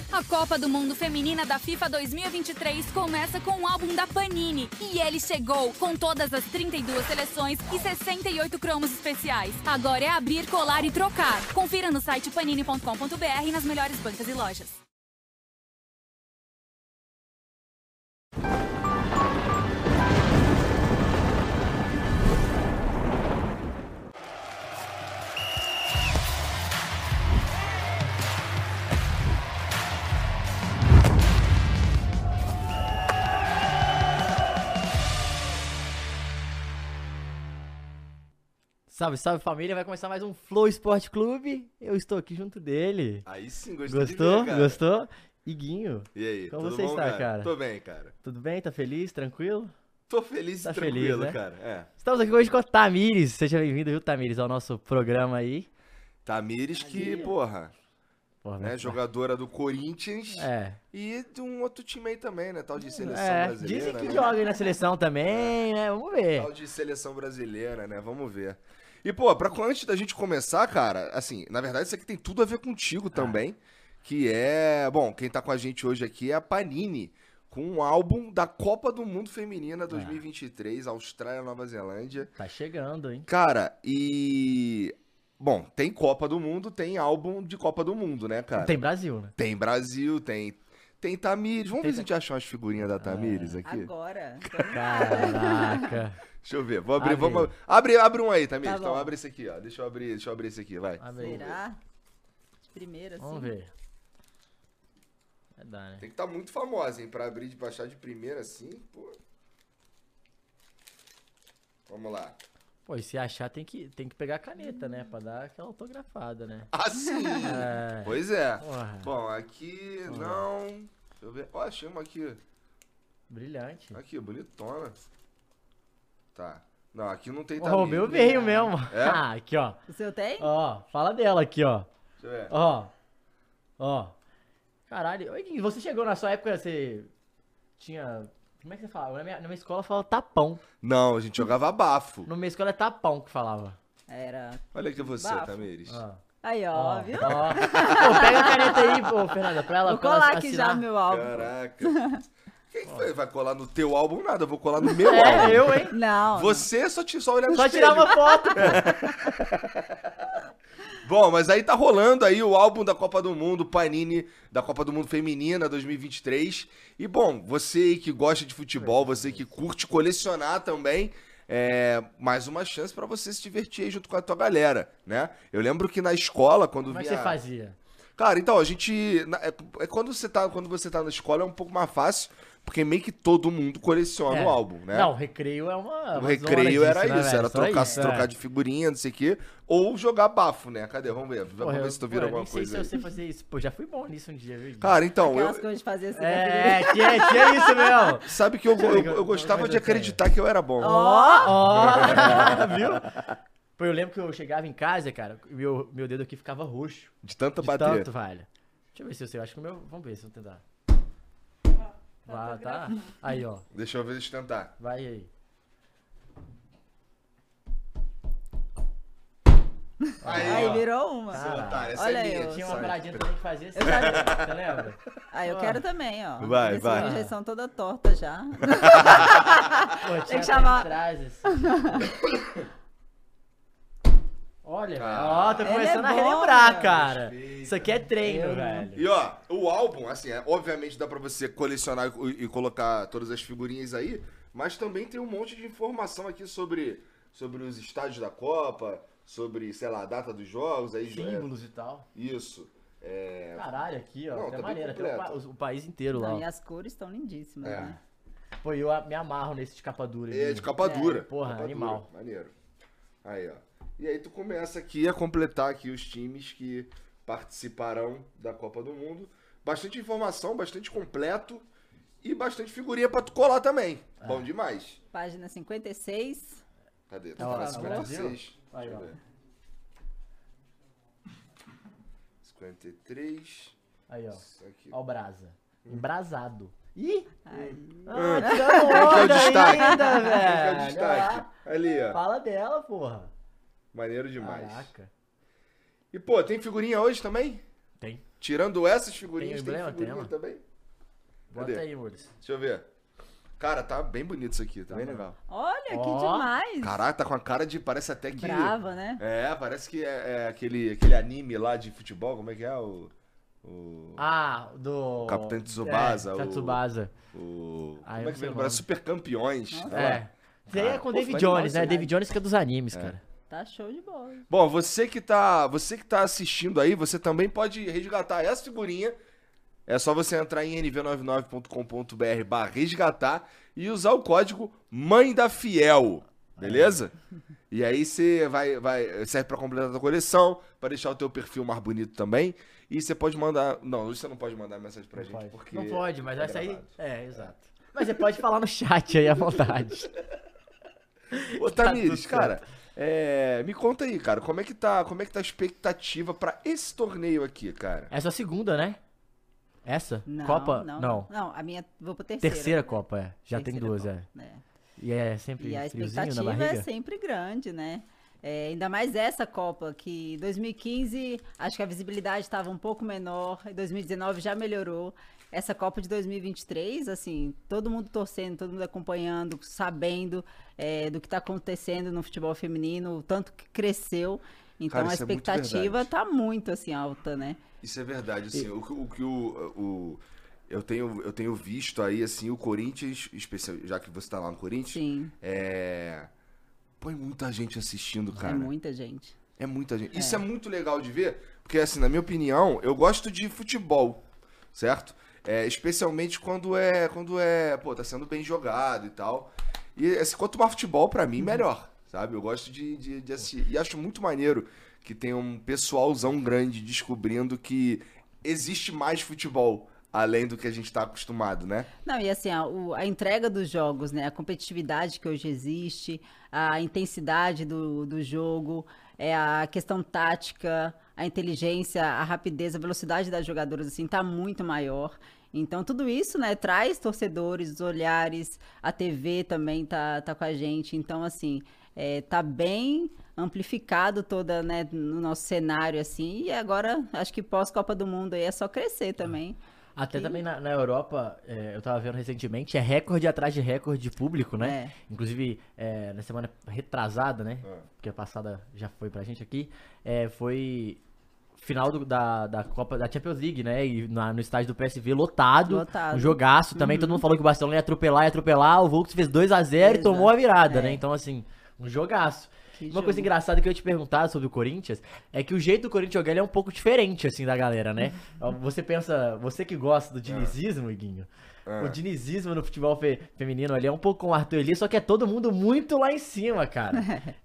A Copa do Mundo Feminina da FIFA 2023 começa com o álbum da Panini. E ele chegou com todas as 32 seleções e 68 cromos especiais. Agora é abrir, colar e trocar. Confira no site panini.com.br e nas melhores bancas e lojas. Salve, salve família, vai começar mais um Flow Esporte Clube. Eu estou aqui junto dele. Aí sim, gostei. Gostou? De ver, cara. Gostou? Iguinho. E aí, Como tudo você bom, está, cara? Tô bem, cara. Tudo bem? Tá feliz? Tranquilo? Tô feliz Tá e tranquilo, feliz, né? cara. É. Estamos aqui hoje com a Tamires. Seja bem-vindo, viu, Tamires, ao nosso programa aí. Tamires que, porra, Porra, né, jogadora do Corinthians e de um outro time aí também, né? Tal de seleção brasileira. Dizem que né? joga aí na seleção também, né? Vamos ver. Tal de seleção brasileira, né? Vamos ver. E, pô, antes da gente começar, cara, assim, na verdade isso aqui tem tudo a ver contigo também, que é, bom, quem tá com a gente hoje aqui é a Panini, com um álbum da Copa do Mundo Feminina 2023, Austrália, Nova Zelândia. Tá chegando, hein? Cara, e... Bom, tem Copa do Mundo, tem álbum de Copa do Mundo, né, cara? Tem Brasil, né? Tem Brasil, tem Tamires. Vamos ver se a gente achar umas figurinhas da Tamires aqui. Agora. Caraca. Deixa eu ver. Vou abrir, Abre. vamos... Abre um aí, Tamires. Tá Então bom. abre esse aqui, ó. Deixa eu abrir esse aqui, vai. Abre aí. Será? Primeiro, assim. Vamos ver. Vai dar, né? Tem que estar muito famosa, hein, pra abrir, de baixar de primeira assim, pô. Vamos lá. Pô, e se achar tem que pegar a caneta, né? Pra dar aquela autografada, né? Ah, sim! É. Pois é. Porra. Bom, aqui não... Deixa eu ver. Ó, achei uma aqui. Brilhante. Aqui, bonitona. Tá. Não, aqui não tem O Tamires. meu veio mesmo. É? Ah, aqui, ó. O seu tem? Ó, fala dela aqui, ó. Deixa eu ver. Ó. Caralho. Oi, Gui, você chegou na sua época, você tinha... Como é que você falava? Na minha escola falava tapão. Não, a gente jogava bafo. Na minha escola é tapão que falava. Era. Olha aqui você, Bafo. Tamires. Ó. Aí, ó, viu? Ó. Pô, pega a caneta aí, pô, Fernanda, pra ela Vou pra ela colar aqui assinar. já meu álbum. Caraca. Quem foi? Vai colar no teu álbum? Nada, eu vou colar no meu álbum. É, eu, hein? Não. Você só olhar no Só espelho. tirar uma foto, pô. Bom, mas aí tá rolando aí o álbum da Copa do Mundo, Panini, da Copa do Mundo Feminina 2023. E, bom, você aí que gosta de futebol, você que curte colecionar também, mais uma chance pra você se divertir aí junto com a tua galera, né? Eu lembro que na escola, quando Como é que vinha... você fazia? Cara, então, a gente... Quando você tá na escola é um pouco mais fácil, porque meio que todo mundo coleciona o álbum, né? Não, recreio é uma O recreio zona era disso, né, isso, velho? era Só isso, trocar de figurinha, não sei o quê, ou jogar bafo, né? Cadê? Vamos ver. Porra, Vamos ver se tu vira eu alguma nem sei coisa se eu aí. sei fazer isso. Pô, já fui bom nisso um dia, viu? Gui? Cara, então, Aquelas coisas de fazer assim. tinha isso mesmo. sabe que eu gostava de acreditar que eu era bom. Ó, viu? Pô, eu lembro que eu chegava em casa, cara, e meu dedo aqui ficava roxo. De tanto De bater. tanto, velho. Deixa eu ver se eu sei. Eu acho que o meu... Vamos ver se eu tentar. Vai, tá? Aí, ó. Deixa eu ver, deixa eu tentar. Vai aí. Aí ó. virou uma. Seu otário, essa Olha é aí, minha. eu Tinha uma sabe? paradinha também que fazia assim. Eu já- Você lembra? Aí eu quero também, ó. Vai, Essa vai. minha rejeição toda torta já. Pô, tinha que chamar- até atrás, assim. Olha, velho. Ah. Ó, tô Ele começando é a bom, relembrar, meu. cara. Respeita. Isso aqui é treino, velho. E ó, o álbum, assim, obviamente dá pra você colecionar e colocar todas as figurinhas aí, mas também tem um monte de informação aqui sobre os estádios da Copa, sobre, sei lá, a data dos jogos, aí Símbolos e tal. Isso. Caralho, aqui, ó. Não, Até tá bem maneiro. Até completo. o país inteiro lá. Não, Ó. e as cores estão lindíssimas, É. né? Pô, eu me amarro nesse de capa dura. É, viu? de capa dura. porra, Capa animal. dura, maneiro. Aí, ó. E aí tu começa aqui a completar aqui os times que participarão da Copa do Mundo. Bastante informação, bastante completo e bastante figurinha pra tu colar também. Bom demais. Página 56. Cadê? Ó, Tá, no 56. Brasil? Aí, Deixa eu ó. ver. 53. Aí, ó. Isso aqui. Ó o brasa. Embrasado. Ih! Aí. Tirando Aqui é o onda destaque. ainda, Aqui é o velho. destaque. Ali, ó. Fala dela, porra. Maneiro demais. Caraca. E, pô, tem figurinha hoje também? Tem. Tirando essas figurinhas, Tem tem emblema, figurinha tem, também? Bota Cadê? aí, Mules. Deixa eu ver. Cara, tá bem bonito isso aqui, tá bem legal. Olha, que Ó. demais. Caraca, tá com a cara de... Parece até que... Brava, né? É, parece que é aquele anime lá de futebol, como é que é? O Do... Capitão Tsubasa. Capitão Tsubasa. Como Ah, é eu que não sei vem? o Parece nome. Super Campeões. Nossa. tá lá. É. Isso aí é com Pô, David ficou animal Jones, isso né? aí. David Jones que é dos animes, cara. Tá show de bola. Bom, você que tá assistindo aí, você também pode resgatar essa figurinha. É só você entrar em nv99.com.br/resgatar e usar o código Mãe da Fiel, beleza? E aí você serve pra completar a tua coleção, pra deixar o teu perfil mais bonito também. E você pode mandar... Não, hoje você não pode mandar mensagem pra gente, porque... Não pode, mas é essa aí... gravado. É, exato. Mas você pode falar no chat aí à vontade. Ô, Tá Tamires, tudo cara, me conta aí, cara, como é que tá a expectativa pra esse torneio aqui, cara? Essa é a segunda, né? Essa? Não, Copa? Não, a minha, vou pro terceira. Terceira Copa, é. Já tem Terceira duas, Copa, é. né? E é sempre E a friozinho na expectativa barriga? é sempre grande, né? Ainda mais essa Copa, que 2015, acho que a visibilidade estava um pouco menor, em 2019 já melhorou. Essa Copa de 2023, assim, todo mundo torcendo, todo mundo acompanhando, sabendo do que está acontecendo no futebol feminino, o tanto que cresceu. Então Cara, a isso é muito expectativa verdade. está muito, assim, alta, né? Isso é verdade, assim, eu tenho visto aí, assim, o Corinthians, já que você tá lá no Corinthians, Sim, põe muita gente assistindo, é cara. muita gente. É muita gente. Isso é muito legal de ver, porque, assim, na minha opinião, eu gosto de futebol, certo? Especialmente quando pô, tá sendo bem jogado e tal. E, assim, quanto mais futebol, pra mim, melhor, sabe? Eu gosto de assistir. E acho muito maneiro que tem um pessoalzão grande descobrindo que existe mais futebol, além do que a gente tá acostumado, né? Não, e assim, a entrega dos jogos, né? A competitividade que hoje existe, a intensidade do jogo, a questão tática, a inteligência, a rapidez, a velocidade das jogadoras, assim, tá muito maior. Então, tudo isso, né, traz torcedores, olhares, a TV também tá com a gente. Então, assim, tá bem amplificado toda, né, no nosso cenário, assim. E agora, acho que pós-Copa do Mundo aí é só crescer também. Até também na Europa, eu tava vendo recentemente, é recorde atrás de recorde de público, né? Inclusive, na semana retrasada, né? Porque a passada já foi pra gente aqui, foi final da Copa da Champions League, né? E no estádio do PSV lotado. Um jogaço também. Todo mundo falou que o Barcelona ia atropelar. O Volks fez 2-0 e tomou a virada, né? Então, assim, um jogaço. Uma coisa engraçada que eu ia te perguntar sobre o Corinthians é que o jeito do Corinthians jogar ele é um pouco diferente, assim, da galera, né? Você pensa, você que gosta do dinizismo, Iguinho, o dinizismo no futebol feminino ali é um pouco com o Arthur Elias, só que é todo mundo muito lá em cima, cara.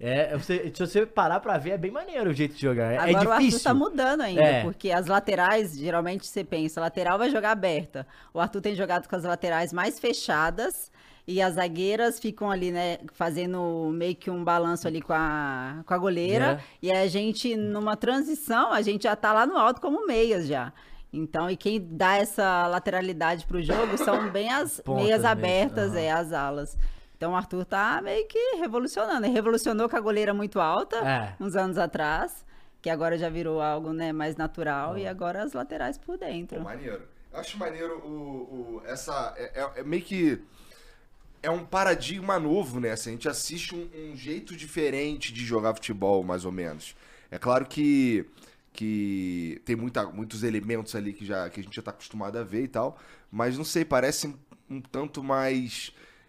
Se você parar pra ver, é bem maneiro o jeito de jogar. Agora difícil. O Arthur tá mudando ainda, porque as laterais, geralmente você pensa, a lateral vai jogar aberta. O Arthur tem jogado com as laterais mais fechadas, e as zagueiras ficam ali, né, fazendo meio que um balanço ali com a goleira. E a gente, numa transição, a gente já tá lá no alto como meias já. Então, e quem dá essa lateralidade pro jogo são bem as meias abertas, as alas. Então, o Arthur tá meio que revolucionando. Ele revolucionou com a goleira muito alta, uns anos atrás, que agora já virou algo, né, mais natural. E agora as laterais por dentro. Pô, maneiro. Eu acho maneiro meio que... É um paradigma novo, né? Assim, a gente assiste um jeito diferente de jogar futebol, mais ou menos. É claro que tem muitos elementos ali que a gente já tá acostumado a ver e tal, mas não sei, parece um tanto mais...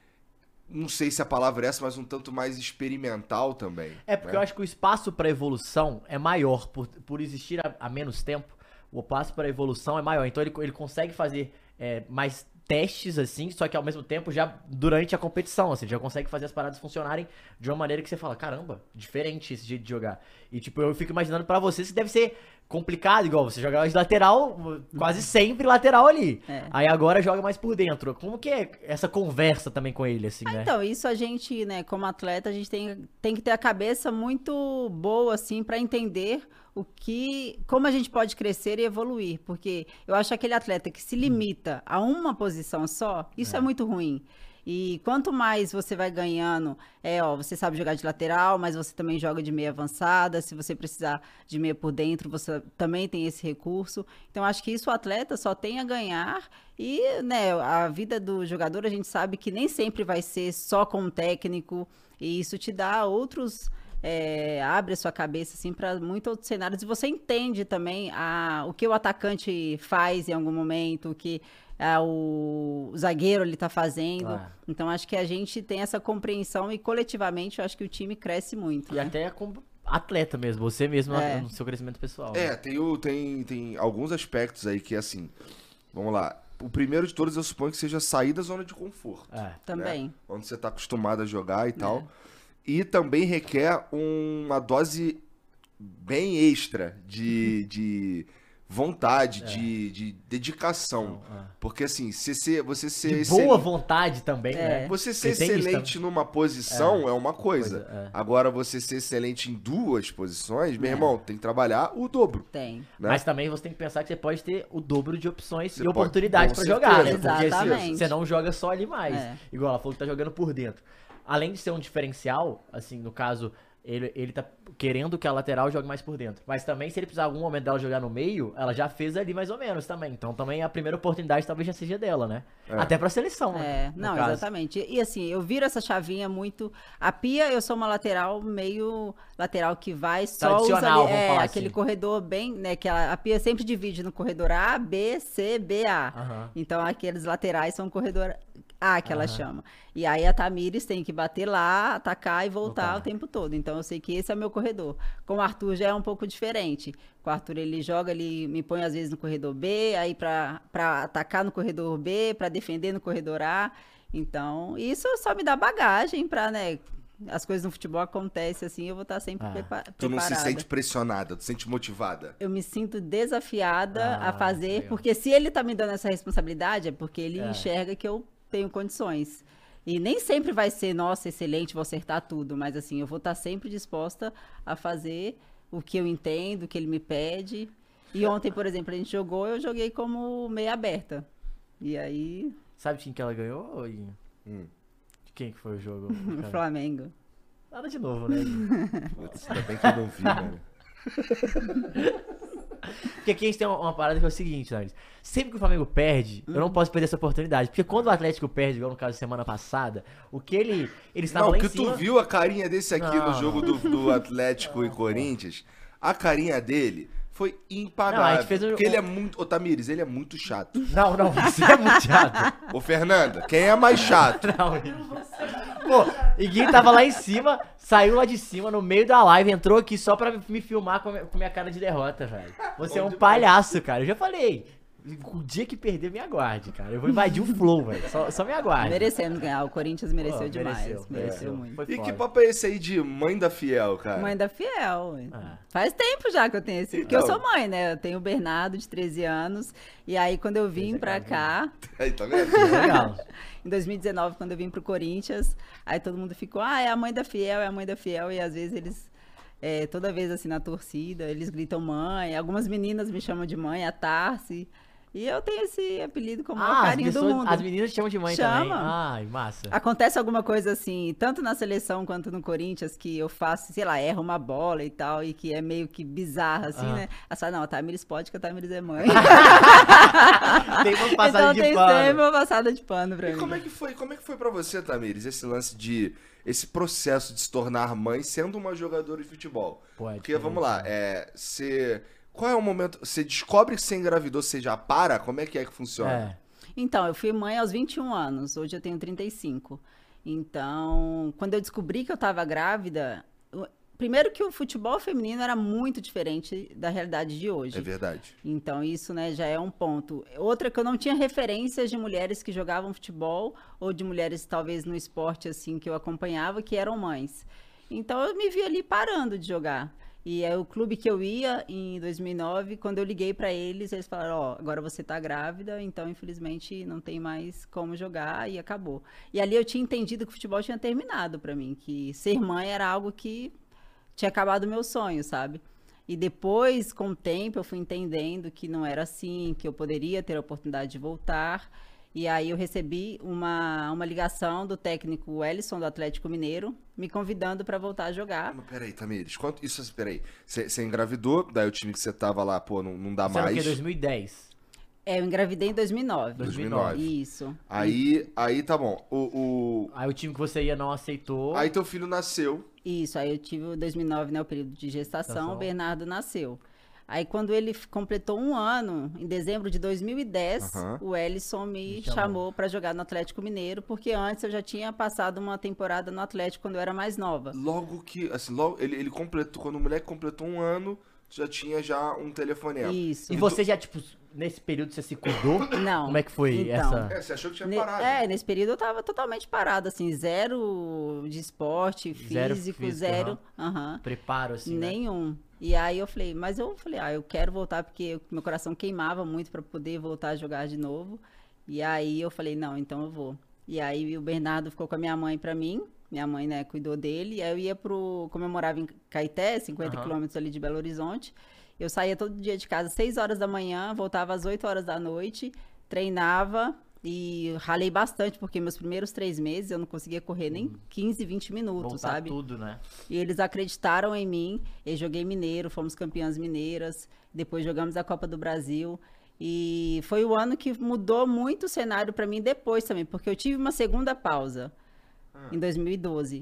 Não sei se a palavra é essa, mas um tanto mais experimental também. Porque eu acho que o espaço para evolução é maior, por existir há menos tempo, o espaço para evolução é maior. Então ele consegue fazer mais testes, assim, só que ao mesmo tempo já durante a competição, assim, já consegue fazer as paradas funcionarem de uma maneira que você fala, caramba, diferente esse jeito de jogar. E tipo, eu fico imaginando pra você se deve ser complicado, igual você joga de lateral, quase sempre lateral ali. Aí agora joga mais por dentro. Como que é essa conversa também com ele, assim, né? Então, isso a gente, né, como atleta, a gente tem que ter a cabeça muito boa, assim, pra entender como a gente pode crescer e evoluir, porque eu acho que aquele atleta que se limita a uma posição só, isso é muito ruim. E quanto mais você vai ganhando, você sabe jogar de lateral, mas você também joga de meia avançada. Se você precisar de meia por dentro, você também tem esse recurso. Então, acho que isso o atleta só tem a ganhar. E, né, a vida do jogador, a gente sabe que nem sempre vai ser só com o técnico. E isso te dá outros... abre a sua cabeça assim, para muitos outros cenários. E você entende também o que o atacante faz em algum momento, o que... o zagueiro ele tá fazendo. Então acho que a gente tem essa compreensão e coletivamente eu acho que o time cresce muito. E até como atleta mesmo, você mesmo no seu crescimento pessoal. Tem alguns aspectos aí que assim, vamos lá. O primeiro de todos eu suponho que seja sair da zona de conforto. Também. Né? Onde você tá acostumado a jogar e tal. E também requer uma dose bem extra de vontade, de dedicação. Porque assim, você ser... De boa vontade também, né? Você ser excelente numa posição é uma coisa. Agora, você ser excelente em duas posições, meu irmão, tem que trabalhar o dobro. Tem. Né? Mas também você tem que pensar que você pode ter o dobro de opções e oportunidades pra jogar, né? Exatamente. Porque você não joga só ali mais. Igual ela falou que tá jogando por dentro. Além de ser um diferencial, assim, no caso, ele tá querendo que a lateral jogue mais por dentro. Mas também, se ele precisar em algum momento dela jogar no meio, ela já fez ali mais ou menos também. Então também a primeira oportunidade talvez já seja dela, né? Até pra seleção, né? Não, exatamente. E assim, eu viro essa chavinha muito... A Pia, eu sou uma lateral meio... Lateral que vai, só usa ali, aquele corredor bem, né? Que a Pia sempre divide no corredor A, B, C, B, A. Então aqueles laterais são corredor A, que ela chama. E aí a Tamires tem que bater lá, atacar e voltar o tempo todo. Então eu sei que esse é o meu corredor. Com o Arthur já é um pouco diferente. Com o Arthur ele joga, ele me põe às vezes no corredor B, aí pra atacar no corredor B, pra defender no corredor A. Então isso só me dá bagagem pra, né... As coisas no futebol acontecem assim, eu vou estar sempre preparada. Tu não se sente pressionada, tu se sente motivada? Eu me sinto desafiada a fazer, porque se ele tá me dando essa responsabilidade, é porque ele enxerga que eu tenho condições. E nem sempre vai ser, nossa, excelente, vou acertar tudo, mas assim, eu vou estar sempre disposta a fazer o que eu entendo, o que ele me pede. E ontem, por exemplo, a gente jogou, eu joguei como meia aberta. E aí... Sabe quem que ela ganhou? Quem que foi o jogo? O Flamengo. Nada de novo, né? Putz, ainda bem que eu não vi, mano. Porque aqui a gente tem uma parada que é o seguinte, Nares. Sempre que o Flamengo perde, eu não posso perder essa oportunidade. Porque quando o Atlético perde, igual no caso da semana passada, o que ele estava lá em cima... Não, que tu viu a carinha desse aqui no jogo do Atlético e Corinthians, a carinha dele... Foi impagável. Não, a gente fez porque ele é muito... Ô, Tamires, ele é muito chato. Não, você é muito chato. Ô, Fernanda, quem é mais chato? Pô, Iguinho tava lá em cima, saiu lá de cima, no meio da live, entrou aqui só pra me filmar com minha cara de derrota, velho. Você é um palhaço, cara. Eu já falei. O dia que perder, me aguarde, cara. Eu vou invadir o flow, velho. Só me aguarde. Merecemos ganhar. O Corinthians mereceu demais. Mereceu muito. E que papo é esse aí de mãe da Fiel, cara? Mãe da Fiel. Faz tempo já que eu tenho esse. Porque eu sou mãe, né? Eu tenho o Bernardo, de 13 anos. E aí, quando eu vim pra cá... Aí, tá vendo? Legal. Em 2019, quando eu vim pro Corinthians, aí todo mundo ficou, é a mãe da Fiel, é a mãe da Fiel. E às vezes eles... toda vez assim na torcida, eles gritam mãe. Algumas meninas me chamam de mãe, a Tarsi. E eu tenho esse apelido com o maior carinho do mundo. As meninas chamam de mãe também. Ai, massa. Acontece alguma coisa assim, tanto na seleção quanto no Corinthians, que eu faço, sei lá, erro uma bola e tal, e que é meio que bizarra, assim, né? Elas falam, não, a Tamires pode, que a Tamires é mãe. Tem uma passada de pano. Então tem uma passada de pano pra mim. Como é que foi pra você, Tamires, esse lance esse processo de se tornar mãe sendo uma jogadora de futebol? Porque, vamos lá, qual é o momento? Você descobre que você engravidou, você já para? Como é que funciona? Então, eu fui mãe aos 21 anos. Hoje eu tenho 35. Então, quando eu descobri que eu estava grávida... Primeiro que o futebol feminino era muito diferente da realidade de hoje. É verdade. Então, isso, né, já é um ponto. Outra que eu não tinha referências de mulheres que jogavam futebol ou de mulheres, talvez, no esporte, assim, que eu acompanhava, que eram mães. Então, eu me vi ali parando de jogar. E é o clube que eu ia em 2009, quando eu liguei para eles falaram, agora você tá grávida, então infelizmente não tem mais como jogar e acabou. E ali eu tinha entendido que o futebol tinha terminado para mim, que ser mãe era algo que tinha acabado o meu sonho, sabe? E depois, com o tempo, eu fui entendendo que não era assim, que eu poderia ter a oportunidade de voltar. E aí eu recebi uma ligação do técnico Wellison, do Atlético Mineiro, me convidando para voltar a jogar. Mas peraí, Tamires, peraí. Você engravidou, daí o time que você tava lá, pô, não dá mais. Isso era o quê? 2010? Eu engravidei em 2009. 2009. Isso. Aí tá bom. Aí o time que você ia não aceitou. Aí teu filho nasceu. Isso, aí eu tive 2009, né, o período de gestação, o Bernardo nasceu. Aí quando ele completou 1 ano, em dezembro de 2010, o Wellison me chamou para jogar no Atlético Mineiro, porque antes eu já tinha passado uma temporada no Atlético quando eu era mais nova. Logo que, assim, ele completou, quando o moleque completou 1 ano, já tinha um telefonema. Isso. E você já, tipo, nesse período você se cuidou? Não. Como é que foi então, você achou que tinha parado? Nesse período eu tava totalmente parado, assim, zero de esporte, físico, zero. Preparo, assim, nenhum. Né? E aí eu falei, eu quero voltar porque meu coração queimava muito para poder voltar a jogar de novo. E aí eu falei, não, então eu vou. E aí o Bernardo ficou com a minha mãe para mim. Minha mãe, né, cuidou dele. E aí eu ia como eu morava em Caeté, 50 quilômetros ali de Belo Horizonte. Eu saía todo dia de casa às 6 horas da manhã, voltava às 8 horas da noite, treinava e ralei bastante, porque meus primeiros 3 meses eu não conseguia correr nem 15, 20 minutos, voltar sabe? Tudo, né? E eles acreditaram em mim, eu joguei mineiro, fomos campeãs mineiras, depois jogamos a Copa do Brasil. E foi o ano que mudou muito o cenário para mim depois também, porque eu tive uma segunda pausa em 2012.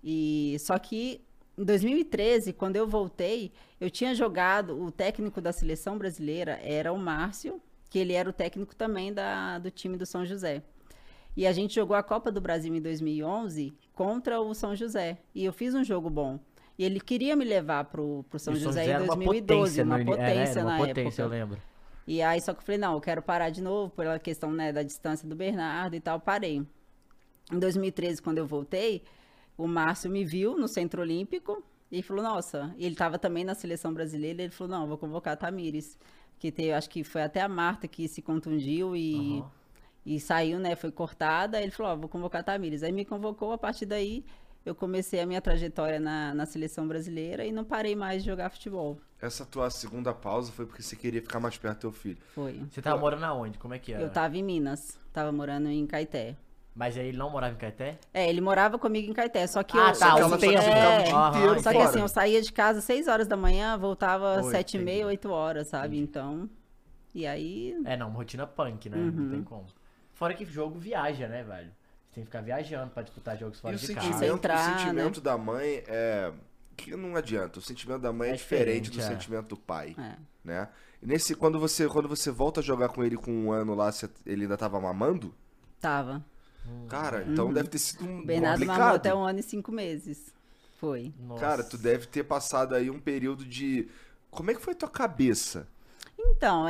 E só que em 2013, quando eu voltei, eu tinha jogado, o técnico da seleção brasileira era o Márcio, que ele era o técnico também do time do São José. E a gente jogou a Copa do Brasil em 2011 contra o São José. E eu fiz um jogo bom. E ele queria me levar pro São José em 2012, uma potência na época. Eu lembro. E aí só que eu falei, não, eu quero parar de novo, pela questão, né, da distância do Bernardo e tal, parei. Em 2013, quando eu voltei, o Márcio me viu no Centro Olímpico e falou, nossa, ele estava também na seleção brasileira, ele falou, não, vou convocar a Tamires, que acho que foi até a Marta que se contundiu e saiu, né, foi cortada, ele falou, vou convocar a Tamires. Aí me convocou, a partir daí eu comecei a minha trajetória na seleção brasileira e não parei mais de jogar futebol. Essa tua segunda pausa foi porque você queria ficar mais perto do teu filho. Foi. Você tava morando aonde? Como é que era? Eu tava em Minas, tava morando em Caeté. Mas aí ele não morava em Caeté? Ele morava comigo em Caeté, só que ela ficava o dia inteiro só que assim, eu saía de casa às 6 horas da manhã, voltava às 7h30, 8 horas, sabe? Entendi. Então, e aí... Não, uma rotina punk, né? Não tem como. Fora que jogo viaja, né, velho? Você tem que ficar viajando pra disputar jogos fora de casa. O sentimento da mãe é... que não adianta, o sentimento da mãe é diferente do sentimento do pai, né? E quando você volta a jogar com ele com 1 ano lá, ele ainda tava mamando? Tava. Cara, então deve ter sido Bernardo complicado. mamou até 1 ano e 5 meses. Foi. Nossa. Cara, tu deve ter passado aí um período de... Como é que foi tua cabeça? Então,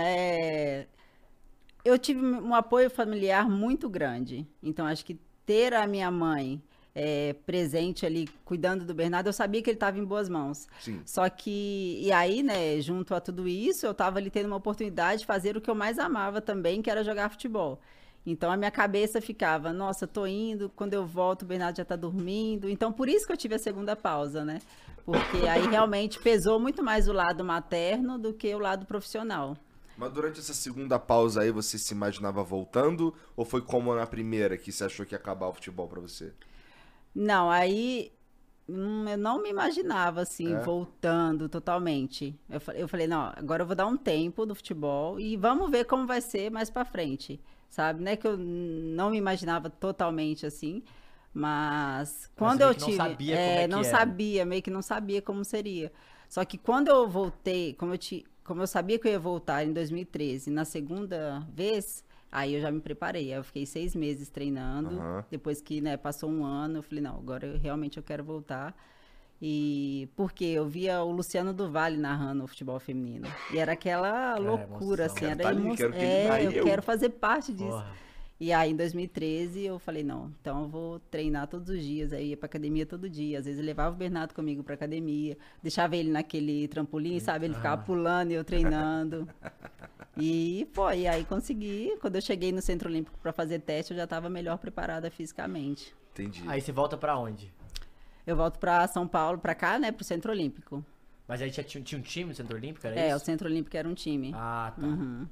eu tive um apoio familiar muito grande. Então, acho que ter a minha mãe presente ali, cuidando do Bernardo, eu sabia que ele estava em boas mãos. Sim. Só que, e aí, né, junto a tudo isso, eu estava ali tendo uma oportunidade de fazer o que eu mais amava também, que era jogar futebol. Então, a minha cabeça ficava, nossa, tô indo, quando eu volto, o Bernardo já tá dormindo. Então, por isso que eu tive a segunda pausa, né? Porque aí realmente pesou muito mais o lado materno do que o lado profissional. Mas durante essa segunda pausa aí, você se imaginava voltando? Ou foi como na primeira, que você achou que ia acabar o futebol pra você? Não, aí eu não me imaginava, assim, voltando totalmente. Eu falei, não, agora eu vou dar um tempo do futebol e vamos ver como vai ser mais pra frente, sabe? Não é que eu não me imaginava totalmente assim, mas quando eu tive... Não sabia como é que não era. sabia, meio que não sabia como seria. Só que quando eu voltei, como eu sabia que eu ia voltar em 2013, na segunda vez... Aí eu já me preparei, aí eu fiquei 6 meses treinando, depois que, né, passou 1 ano, eu falei, não, agora eu quero voltar. E porque eu via o Luciano do Vale narrando o futebol feminino. E era aquela loucura, assim, era emoção. Eu quero fazer parte disso. Porra. E aí, em 2013, eu falei, não, então eu vou treinar todos os dias, aí ia pra academia todo dia. Às vezes eu levava o Bernardo comigo pra academia, deixava ele naquele trampolim, sabe? Ele ficava pulando e eu treinando. E foi, aí consegui. Quando eu cheguei no Centro Olímpico pra fazer teste, eu já tava melhor preparada fisicamente. Entendi. Aí você volta pra onde? Eu volto pra São Paulo, pra cá, né, pro Centro Olímpico. Mas aí tinha um time no Centro Olímpico, era isso? O Centro Olímpico era um time. Ah, tá.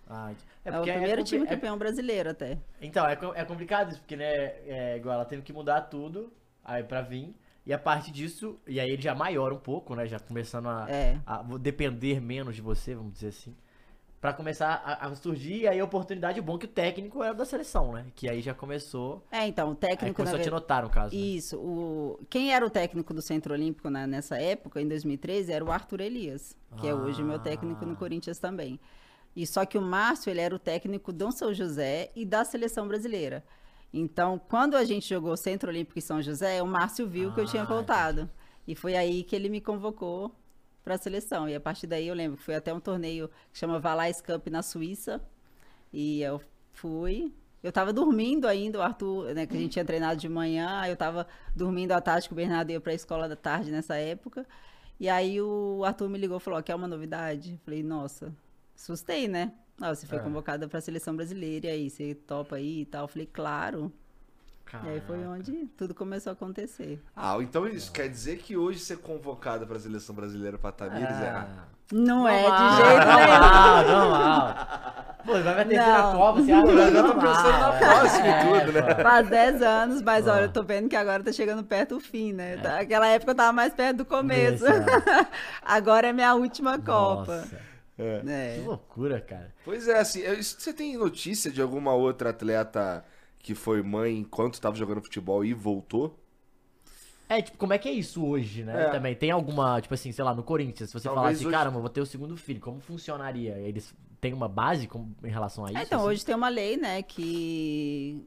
É o primeiro time campeão brasileiro até. Então, é complicado isso, porque, né, igual ela teve que mudar tudo aí pra vir. E a partir disso, e aí ele já maior um pouco, né? Já começando a depender menos de você, vamos dizer assim. Pra começar a surgir, e aí a oportunidade bom que o técnico era da seleção, né? Que aí já começou... então, o técnico... Aí começou a te notar, no caso. Isso. Né? Quem era o técnico do Centro Olímpico nessa época, em 2013, era o Arthur Elias, que é hoje meu técnico no Corinthians também. E só que o Márcio, ele era o técnico do São José e da seleção brasileira. Então, quando a gente jogou Centro Olímpico em São José, o Márcio viu que eu tinha voltado. E foi aí que ele me convocou para a seleção. E a partir daí eu lembro que foi até um torneio que chama Valais Cup na Suíça. E eu fui. Eu tava dormindo ainda, o Arthur, né, que a gente tinha treinado de manhã, eu tava dormindo à tarde, que o Bernardo ia para a escola da tarde nessa época. E aí o Arthur me ligou e falou: quer uma novidade? Eu falei: nossa, assustei, né? Você foi convocada para a seleção brasileira, e aí você topa aí e tal? Eu falei: claro. Caraca. E aí foi onde tudo começou a acontecer. Então isso quer dizer que hoje ser convocada para a seleção brasileira para Tamires Não é de jeito nenhum. Não. Pô, vai ter a Copa, você acha? Eu já tô pensando na próxima e tudo, né? Faz 10 anos, mas olha, eu tô vendo que agora tá chegando perto do fim, né? Naquela época eu tava mais perto do começo. Agora é minha última Copa. Que loucura, cara. Pois é, assim, você tem notícia de alguma outra atleta que foi mãe enquanto estava jogando futebol e voltou? Tipo, como é que é isso hoje, né? Também tem alguma, tipo assim, sei lá, no Corinthians, se você falar assim, hoje... caramba, vou ter o segundo filho, como funcionaria? Eles têm uma base em relação a isso? Então, assim? Hoje tem uma lei, né, que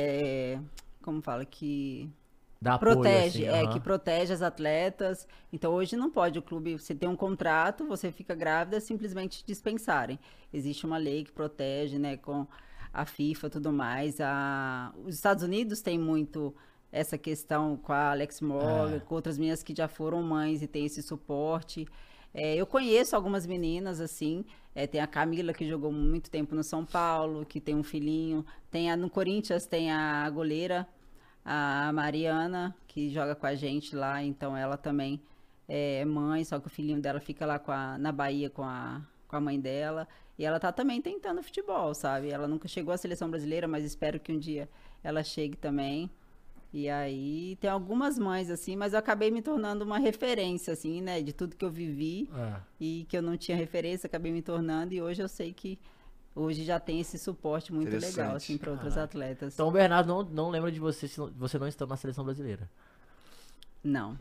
como fala, que protege, assim, que protege as atletas. Então, hoje não pode o clube, você tem um contrato, você fica grávida, simplesmente dispensarem. Existe uma lei que protege, né, com a FIFA e tudo mais. Os Estados Unidos tem muito essa questão com a Alex Morgan, com outras meninas que já foram mães e tem esse suporte. Eu conheço algumas meninas, assim, tem a Camila, que jogou muito tempo no São Paulo, que tem um filhinho. No Corinthians tem a goleira, a Mariana, que joga com a gente lá, então ela também é mãe, só que o filhinho dela fica lá na Bahia com a mãe dela. E ela tá também tentando futebol, sabe? Ela nunca chegou à seleção brasileira, mas espero que um dia ela chegue também. E aí tem algumas mães, assim, mas eu acabei me tornando uma referência, assim, né? De tudo que eu vivi e que eu não tinha referência, acabei me tornando. E hoje eu sei que hoje já tem esse suporte muito legal, assim, para outros atletas. Então o Bernardo não lembra de você se você não está na seleção brasileira? Não.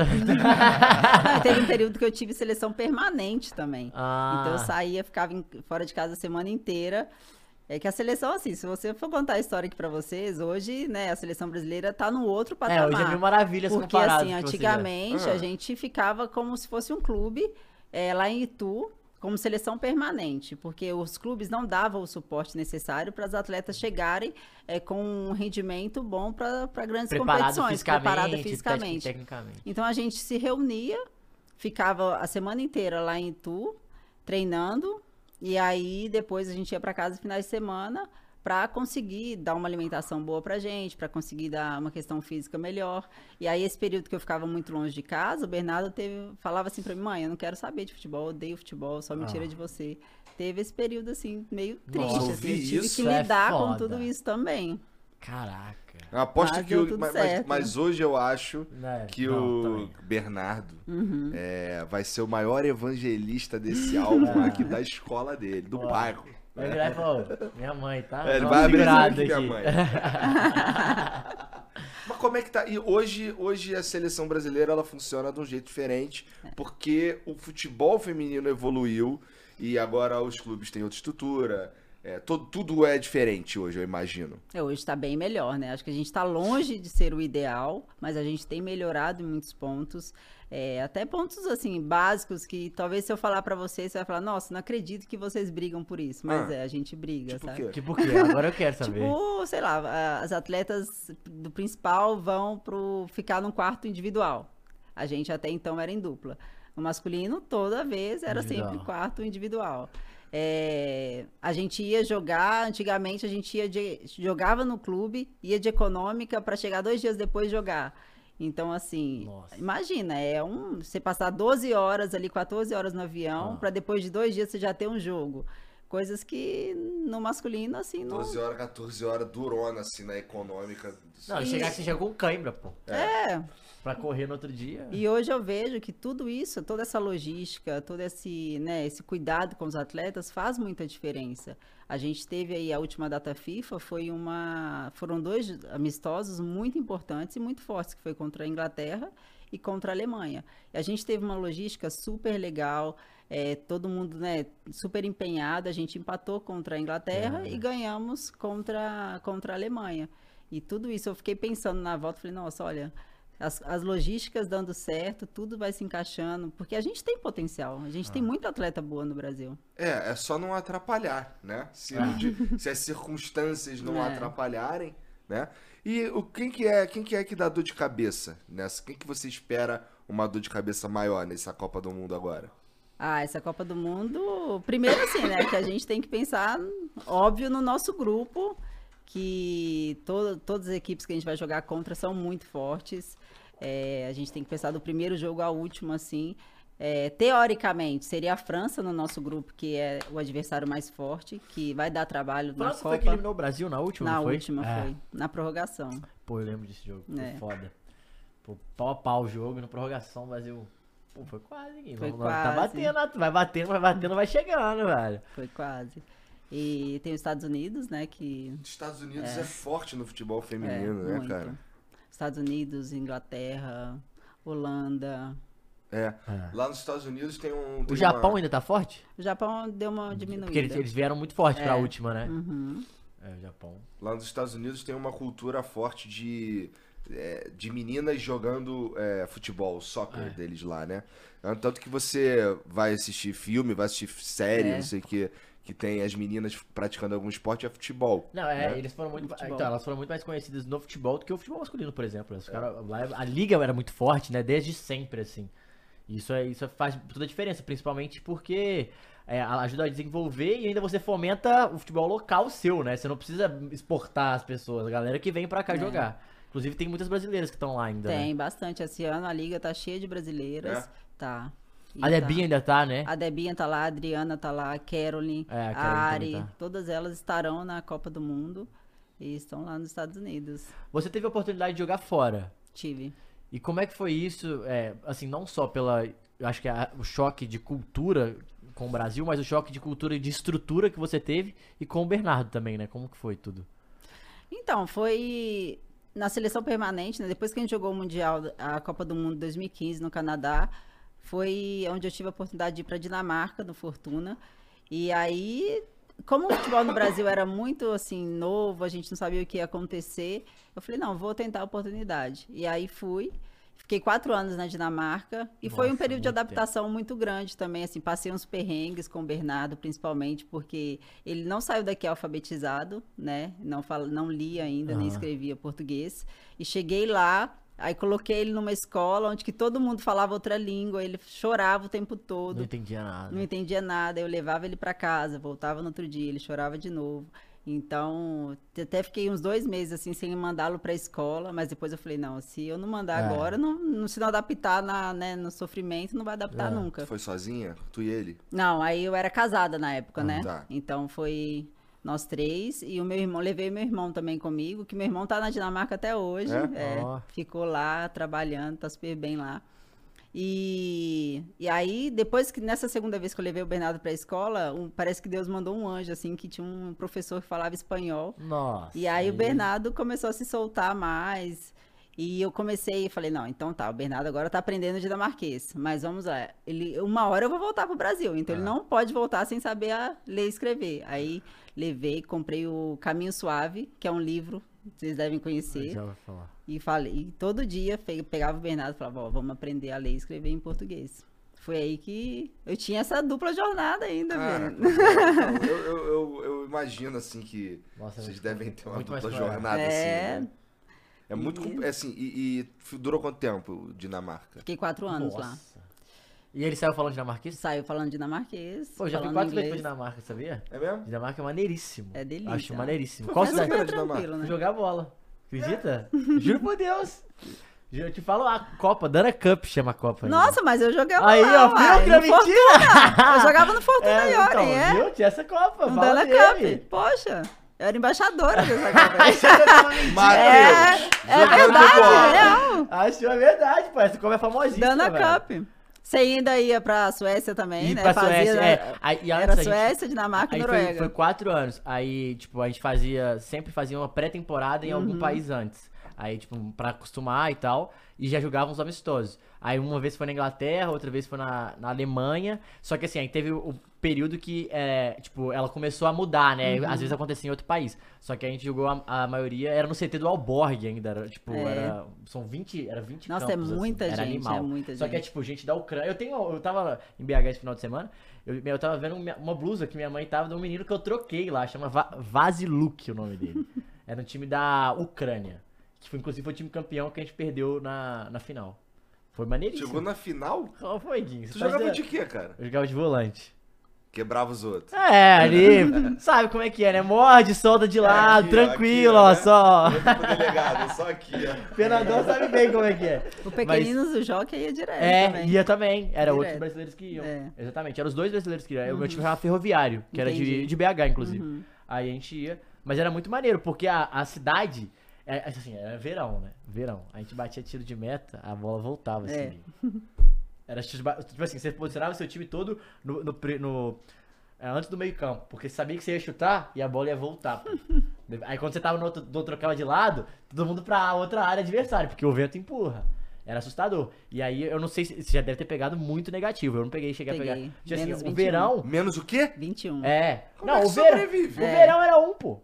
Teve um período que eu tive seleção permanente também. Então eu saía, ficava fora de casa a semana inteira. É que a seleção, assim, se você for contar a história aqui pra vocês, hoje, né, a seleção brasileira tá no outro patamar. Hoje é mil maravilhas porque, assim, antigamente a gente ficava como se fosse um clube lá em Itu, como seleção permanente, porque os clubes não davam o suporte necessário para as atletas chegarem com um rendimento bom para grandes competições, preparada fisicamente. Tecnicamente. Então a gente se reunia, ficava a semana inteira lá em Itu, treinando, e aí depois a gente ia para casa no final de semana para conseguir dar uma alimentação boa pra gente, para conseguir dar uma questão física melhor. E aí, esse período que eu ficava muito longe de casa, o Bernardo falava assim pra mim: mãe, eu não quero saber de futebol, eu odeio futebol, só me tira de você. Teve esse período, assim, meio triste. Nossa, assim, eu tive que lidar com tudo isso também. Caraca. Eu aposto que mas hoje eu acho que o Bernardo vai ser o maior evangelista desse álbum aqui da escola dele, do bairro. Vai virar e falar: minha mãe, tá? Ele vai abrir aqui, minha mãe. Mas como é que tá? E hoje a seleção brasileira ela funciona de um jeito diferente, porque o futebol feminino evoluiu e agora os clubes têm outra estrutura. Tudo é diferente hoje, eu imagino. Hoje está bem melhor, né? Acho que a gente está longe de ser o ideal, mas a gente tem melhorado em muitos pontos. Até pontos, assim, básicos que talvez se eu falar pra você vai falar: nossa, não acredito que vocês brigam por isso. Mas a gente briga, tipo sabe? Tipo o quê? Agora eu quero saber. Tipo, sei lá, as atletas do principal vão ficar num quarto individual. A gente até então era em dupla. O masculino, toda vez, era sempre quarto individual. A gente ia jogar, antigamente a gente jogava no clube, ia de econômica para chegar 2 dias depois jogar. Então, assim, imagina, você passar 12 horas ali, 14 horas no avião, para depois de 2 dias você já ter um jogo. Coisas que no masculino, assim, não... 12 horas, 14 horas, durona, assim, na econômica. Não, chegar que você chega com cãibra, pô. Pra correr no outro dia. E hoje eu vejo que tudo isso, toda essa logística, todo esse, né, esse cuidado com os atletas faz muita diferença. A gente teve aí a última data FIFA, foram 2 amistosos muito importantes e muito fortes, que foi contra a Inglaterra e contra a Alemanha. E a gente teve uma logística super legal, todo mundo, né, super empenhado, a gente empatou contra a Inglaterra e ganhamos contra a Alemanha. E tudo isso, eu fiquei pensando na volta, falei, nossa, olha... As logísticas dando certo, tudo vai se encaixando, porque a gente tem potencial, a gente tem muita atleta boa no Brasil. É só não atrapalhar, né? Se as circunstâncias não atrapalharem, né? E quem que é que dá dor de cabeça nessa? Quem que você espera uma dor de cabeça maior nessa Copa do Mundo agora? Essa Copa do Mundo, primeiro assim, né, que a gente tem que pensar, óbvio, no nosso grupo, que todas as equipes que a gente vai jogar contra são muito fortes. A gente tem que pensar do primeiro jogo ao último, assim. Teoricamente, seria a França no nosso grupo, que é o adversário mais forte, que vai dar trabalho na Copa. França foi que eliminou o Brasil na última, na não foi? Última foi, na prorrogação. Pô, eu lembro desse jogo, foi foda. Pô, pau a pau o jogo, na prorrogação, o Brasil... Pô, foi quase, hein? Foi quase. Tá batendo, vai chegando, velho. Foi quase. E tem os Estados Unidos, né, que... Os Estados Unidos é forte no futebol feminino, né, muito. cara? Estados Unidos, Inglaterra, Holanda... Lá nos Estados Unidos tem o Japão ainda tá forte? O Japão deu uma diminuída. Porque eles vieram muito forte pra última, né? Uhum. O Japão. Lá nos Estados Unidos tem uma cultura forte de meninas jogando futebol, soccer deles lá, né? Tanto que você vai assistir filme, vai assistir série, não sei o que tem as meninas praticando algum esporte, é futebol. Não, eles foram muito... Então, elas foram muito mais conhecidas no futebol do que o futebol masculino, por exemplo. A liga era muito forte, né? Desde sempre, assim. Isso faz toda a diferença, principalmente porque ajuda a desenvolver e ainda você fomenta o futebol local seu, né? Você não precisa exportar as pessoas, a galera que vem pra cá jogar. Inclusive tem muitas brasileiras que estão lá ainda. Tem bastante. Esse ano a liga tá cheia de brasileiras. Tá. A Debinha ainda tá, né? A Debinha tá lá, a Adriana tá lá, a Caroline, a Ari, todas elas estarão na Copa do Mundo e estão lá nos Estados Unidos. Você teve a oportunidade de jogar fora? Tive. E como é que foi isso, assim, não só eu acho que o choque de cultura com o Brasil, mas o choque de cultura e de estrutura que você teve e com o Bernardo também, né? Como que foi tudo? Então, foi na seleção permanente, né? Depois que a gente jogou o Mundial, a Copa do Mundo 2015 no Canadá, foi onde eu tive a oportunidade de ir para Dinamarca, no Fortuna. E aí, como o futebol no Brasil era muito, assim, novo, a gente não sabia o que ia acontecer, eu falei, não, vou tentar a oportunidade. E aí fui, fiquei 4 anos na Dinamarca e foi um período de adaptação muito grande também, assim, passei uns perrengues com o Bernardo, principalmente porque ele não saiu daqui alfabetizado, né, não lia ainda, nem escrevia português, e cheguei lá, aí coloquei ele numa escola onde que todo mundo falava outra língua, ele chorava o tempo todo. Não entendia nada. Não entendia nada, eu levava ele para casa, voltava no outro dia, ele chorava de novo. Então, até fiquei uns 2 meses assim, sem mandá-lo para a escola, mas depois eu falei, não, se eu não mandar agora, se não adaptar no sofrimento, não vai adaptar nunca. Tu foi sozinha? Tu e ele? Não, aí eu era casada na época, né? Tá. Então foi... Nós 3, e o meu irmão, levei meu irmão também comigo, que meu irmão tá na Dinamarca até hoje, ficou lá trabalhando, tá super bem lá. E aí, depois que nessa segunda vez que eu levei o Bernardo pra escola, parece que Deus mandou um anjo, assim, que tinha um professor que falava espanhol. Nossa. E aí o Bernardo começou a se soltar mais. E eu comecei e falei, não, então tá, o Bernardo agora tá aprendendo dinamarquês, mas vamos lá, uma hora eu vou voltar pro Brasil, então ele não pode voltar sem saber ler e escrever. Aí levei, comprei o Caminho Suave, que é um livro, vocês devem conhecer. Já vou falar. E todo dia pegava o Bernardo e falava, vamos aprender a ler e escrever em português. Foi aí que eu tinha essa dupla jornada ainda, velho. Eu imagino, assim, que vocês devem ter uma dupla jornada, assim, né? É muito... assim, e durou quanto tempo, Dinamarca? Fiquei 4 anos lá. E ele saiu falando dinamarquês? Saiu falando dinamarquês. Pô, já fui 4 vezes pra Dinamarca, sabia? É mesmo? Dinamarca é maneiríssimo. É delícia. Acho maneiríssimo. Qual cidade? é Dinamarca? Né? Jogar bola. Acredita? Juro por Deus. Eu te falo a Copa, Dana Cup chama a Copa. Nossa, mas eu jogava aí, lá, ó, viu que é mentira? Eu jogava no Fortuna então, viu? Tinha essa Copa, no fala Dana dele. Cup, poxa. Eu era embaixadora dessa Copa. É verdade, real. Acho é verdade, pô. Essa Copa é famosíssima, Dana Cup. Você ainda ia pra Suécia também, né? Pra Suécia, Aí, era Suécia, Dinamarca e Noruega. Foi 4 anos. Aí, tipo, a gente sempre fazia uma pré-temporada em algum país antes. Aí, tipo, pra acostumar e tal. E já jogava uns amistosos. Aí uma vez foi na Inglaterra, outra vez foi na Alemanha. Só que assim, aí teve o período que, tipo, ela começou a mudar, né? Às vezes acontecia em outro país. Só que a gente jogou a maioria, era no CT do Alborg ainda. Era, tipo, são 20 Nossa, campos, é muita assim, gente, era animal. é muita gente. Só que é tipo, gente da Ucrânia. Eu tava em BH esse final de semana, eu tava vendo uma blusa que minha mãe tava de um menino que eu troquei lá, chama Vasiluk o nome dele. Era um time da Ucrânia. Que inclusive foi o time campeão que a gente perdeu na final. Foi maneiríssimo. Chegou na final? Qual foi, Guinho? Tu jogava de quê, cara? Eu jogava de volante. Quebrava os outros. Ali, sabe como é que é, né? Morde, solta de lado, aqui, tranquilo, ó, ó, só. Delegado, só aqui, ó. Fernandão sabe bem como é que é. O Pequeninos do Jockey ia direto também. Ia também. Era direto. outros brasileiros que iam. Exatamente, eram os dois brasileiros que iam. O meu time chamava Ferroviário, que era de BH, inclusive. Aí a gente ia. Mas era muito maneiro, porque a cidade... assim, era verão, né? Verão. A gente batia tiro de meta, a bola voltava, assim. Era tipo assim, você posicionava seu time todo antes do meio campo, porque você sabia que você ia chutar e a bola ia voltar. Aí quando você tava do outro de lado, todo mundo pra outra área adversária, porque o vento empurra. Era assustador. E aí, eu não sei se você já deve ter pegado muito negativo. Eu não cheguei a pegar. Tipo assim, o verão... Menos o quê? 21. Como é que sobrevive? O verão era 1, pô.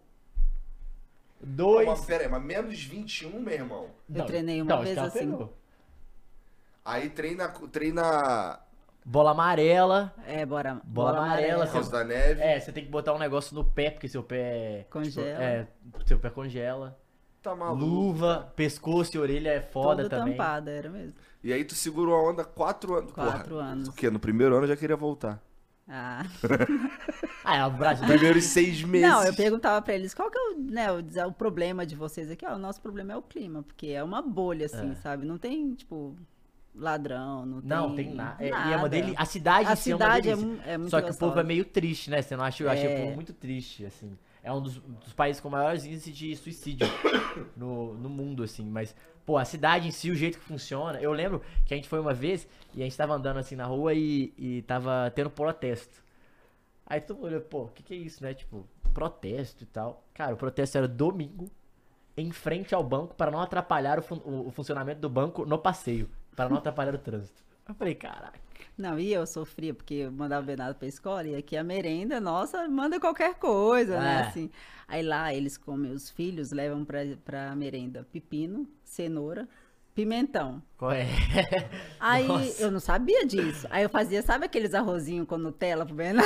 2. Mas pera aí, mas menos 21, meu irmão? Eu treinei uma vez assim. Pegou. Aí treina... Bola amarela. Bola amarela. Por causa da neve. Você tem que botar um negócio no pé, porque seu pé... Congela. Seu pé congela. Tá maluco. Luva, pescoço e orelha é foda também. Tampada, era mesmo. E aí tu segurou a onda 4 anos. 4 anos. O quê? No primeiro ano eu já queria voltar. O Brasil. Primeiros 6 meses. Não, eu perguntava pra eles qual que é o problema de vocês aqui. O nosso problema é o clima, porque é uma bolha, assim, sabe? Não tem, tipo, ladrão, não tem nada. E a cidade em si é uma delícia. É muito Só que gostosa. o povo é meio triste, né? Você não acha? Eu achei o povo muito triste, assim. É um dos países com maiores índices de suicídio no mundo, assim. Mas, pô, a cidade em si, o jeito que funciona... Eu lembro que a gente foi uma vez e a gente tava andando, assim, na rua e tava tendo protesto. Aí todo mundo olhou, pô, o que é isso, né? Tipo, protesto e tal. Cara, o protesto era domingo, em frente ao banco, para não atrapalhar o funcionamento do banco no passeio. Para não atrapalhar o trânsito. Eu falei, caraca. Não, e eu sofria, porque eu mandava o Bernardo pra escola, e aqui a merenda, nossa, manda qualquer coisa, né, assim. Aí lá eles comem, os filhos levam pra merenda pepino, cenoura, pimentão. Qual é? Aí eu não sabia disso. Aí eu fazia, sabe aqueles arrozinhos com Nutella pro Bernardo?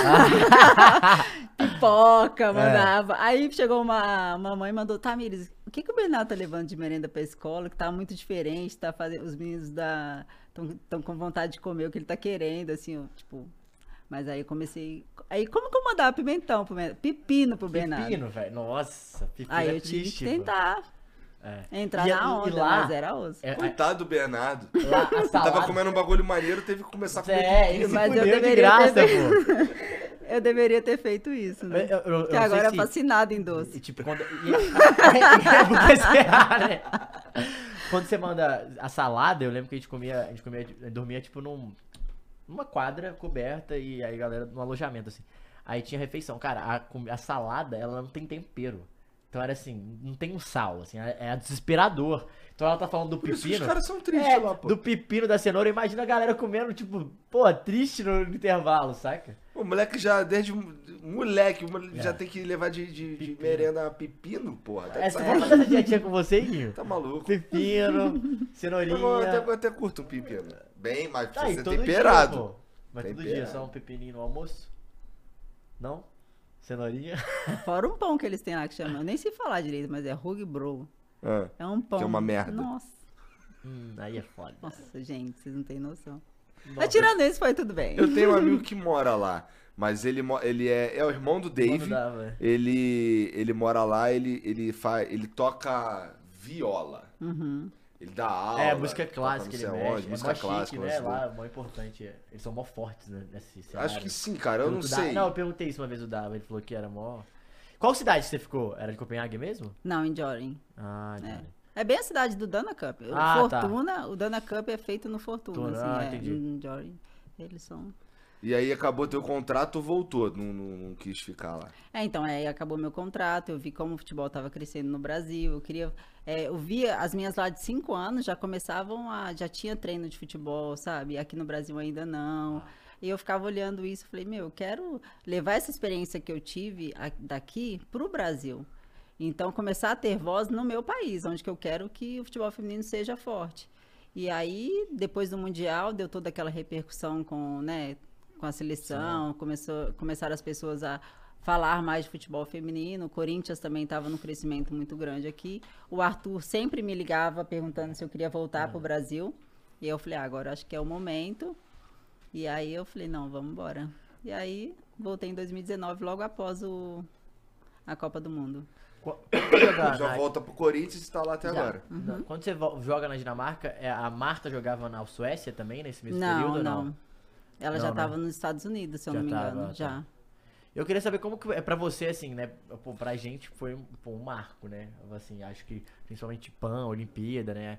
Pipoca, mandava. Aí chegou uma mãe e mandou, Tamires, o que o Bernardo tá levando de merenda pra escola, que tá muito diferente, tá fazendo, os meninos estão com vontade de comer o que ele tá querendo, assim, ó, tipo... Mas aí eu comecei... Aí como que eu mandava pimentão pro Bernardo? Pepino pro Bernardo. Pepino, velho. Nossa, pepino aí é eu tive triste, que tentar entrar E na onda, lá, mas era osso. Coitado do Bernardo. Lá, a Ele salada... tava comendo um bagulho maneiro, teve que começar a comer ele pepino. se Mas eu fudeu de deveria graça, ter pô. Eu deveria ter feito isso, né? Eu Porque agora é fascinado em doce. E, tipo, quando... Porque né? Quando você manda a salada, eu lembro que a gente dormia tipo numa quadra coberta e aí a galera num alojamento, assim. Aí tinha refeição. Cara, a salada, ela não tem tempero. Então era assim, não tem um sal, assim, é desesperador. Então ela tá falando do pepino. Os caras são tristes lá, pô. Do pepino, da cenoura, imagina a galera comendo, tipo, pô, triste no intervalo, saca? O moleque já, desde moleque, já tem que levar de merenda pepino, porra. Tá Você vai fazer essa dia com você, Guinho? Tá maluco. Pepino, cenourinha. Eu até curto um pepino. Bem, mas precisa ser todo temperado. Dia, pô. Mas todo dia, só um pepininho no almoço? Não? Cenourinha? Fora um pão que eles têm lá que chama, eu nem sei falar direito, mas é Rugbro. É um pão. Que é uma merda. Nossa. Aí é foda. Nossa, gente, vocês não têm noção. Mas tirando isso, foi tudo bem. Eu tenho um amigo que mora lá, mas ele é o irmão do Dave. Ele mora lá, ele toca viola. Ele dá aula. Música clássica, ele mexe. Música clássica, chique, né? Lá, mó importante. Eles são mó fortes, né? Nesse cenário. Acho que sim, cara, eu não sei. Não, eu perguntei isso uma vez o Dava, ele falou que era mó... Qual cidade você ficou? Era de Copenhague mesmo? Não, em Jorin. Ah, É bem a cidade do Dana Cup. O Dana Cup é feito no Fortuna, assim, entendi. Em Jorin. Eles são... E aí acabou teu contrato, voltou, não quis ficar lá. Então, aí acabou meu contrato, eu vi como o futebol estava crescendo no Brasil, eu via as minhas lá de 5 anos já tinha treino de futebol, sabe? Aqui no Brasil ainda não. E eu ficava olhando isso, falei, eu quero levar essa experiência que eu tive daqui pro Brasil. Então, começar a ter voz no meu país, onde que eu quero que o futebol feminino seja forte. E aí, depois do Mundial, deu toda aquela repercussão com a seleção, começaram as pessoas a falar mais de futebol feminino, o Corinthians também estava num crescimento muito grande aqui, o Arthur sempre me ligava perguntando se eu queria voltar para o Brasil, e eu falei, agora acho que é o momento, e aí eu falei, não, vamos embora. E aí, voltei em 2019, logo após a Copa do Mundo. Já volta pro Corinthians e está lá até agora. Uhum. Quando você joga na Dinamarca, a Marta jogava na Suécia também, nesse mesmo período ou não? Ela já estava nos Estados Unidos, se eu não me engano, já. Eu queria saber como que é pra você, assim, né? Pô, pra gente foi um marco, né? Assim, acho que principalmente PAN, Olimpíada, né?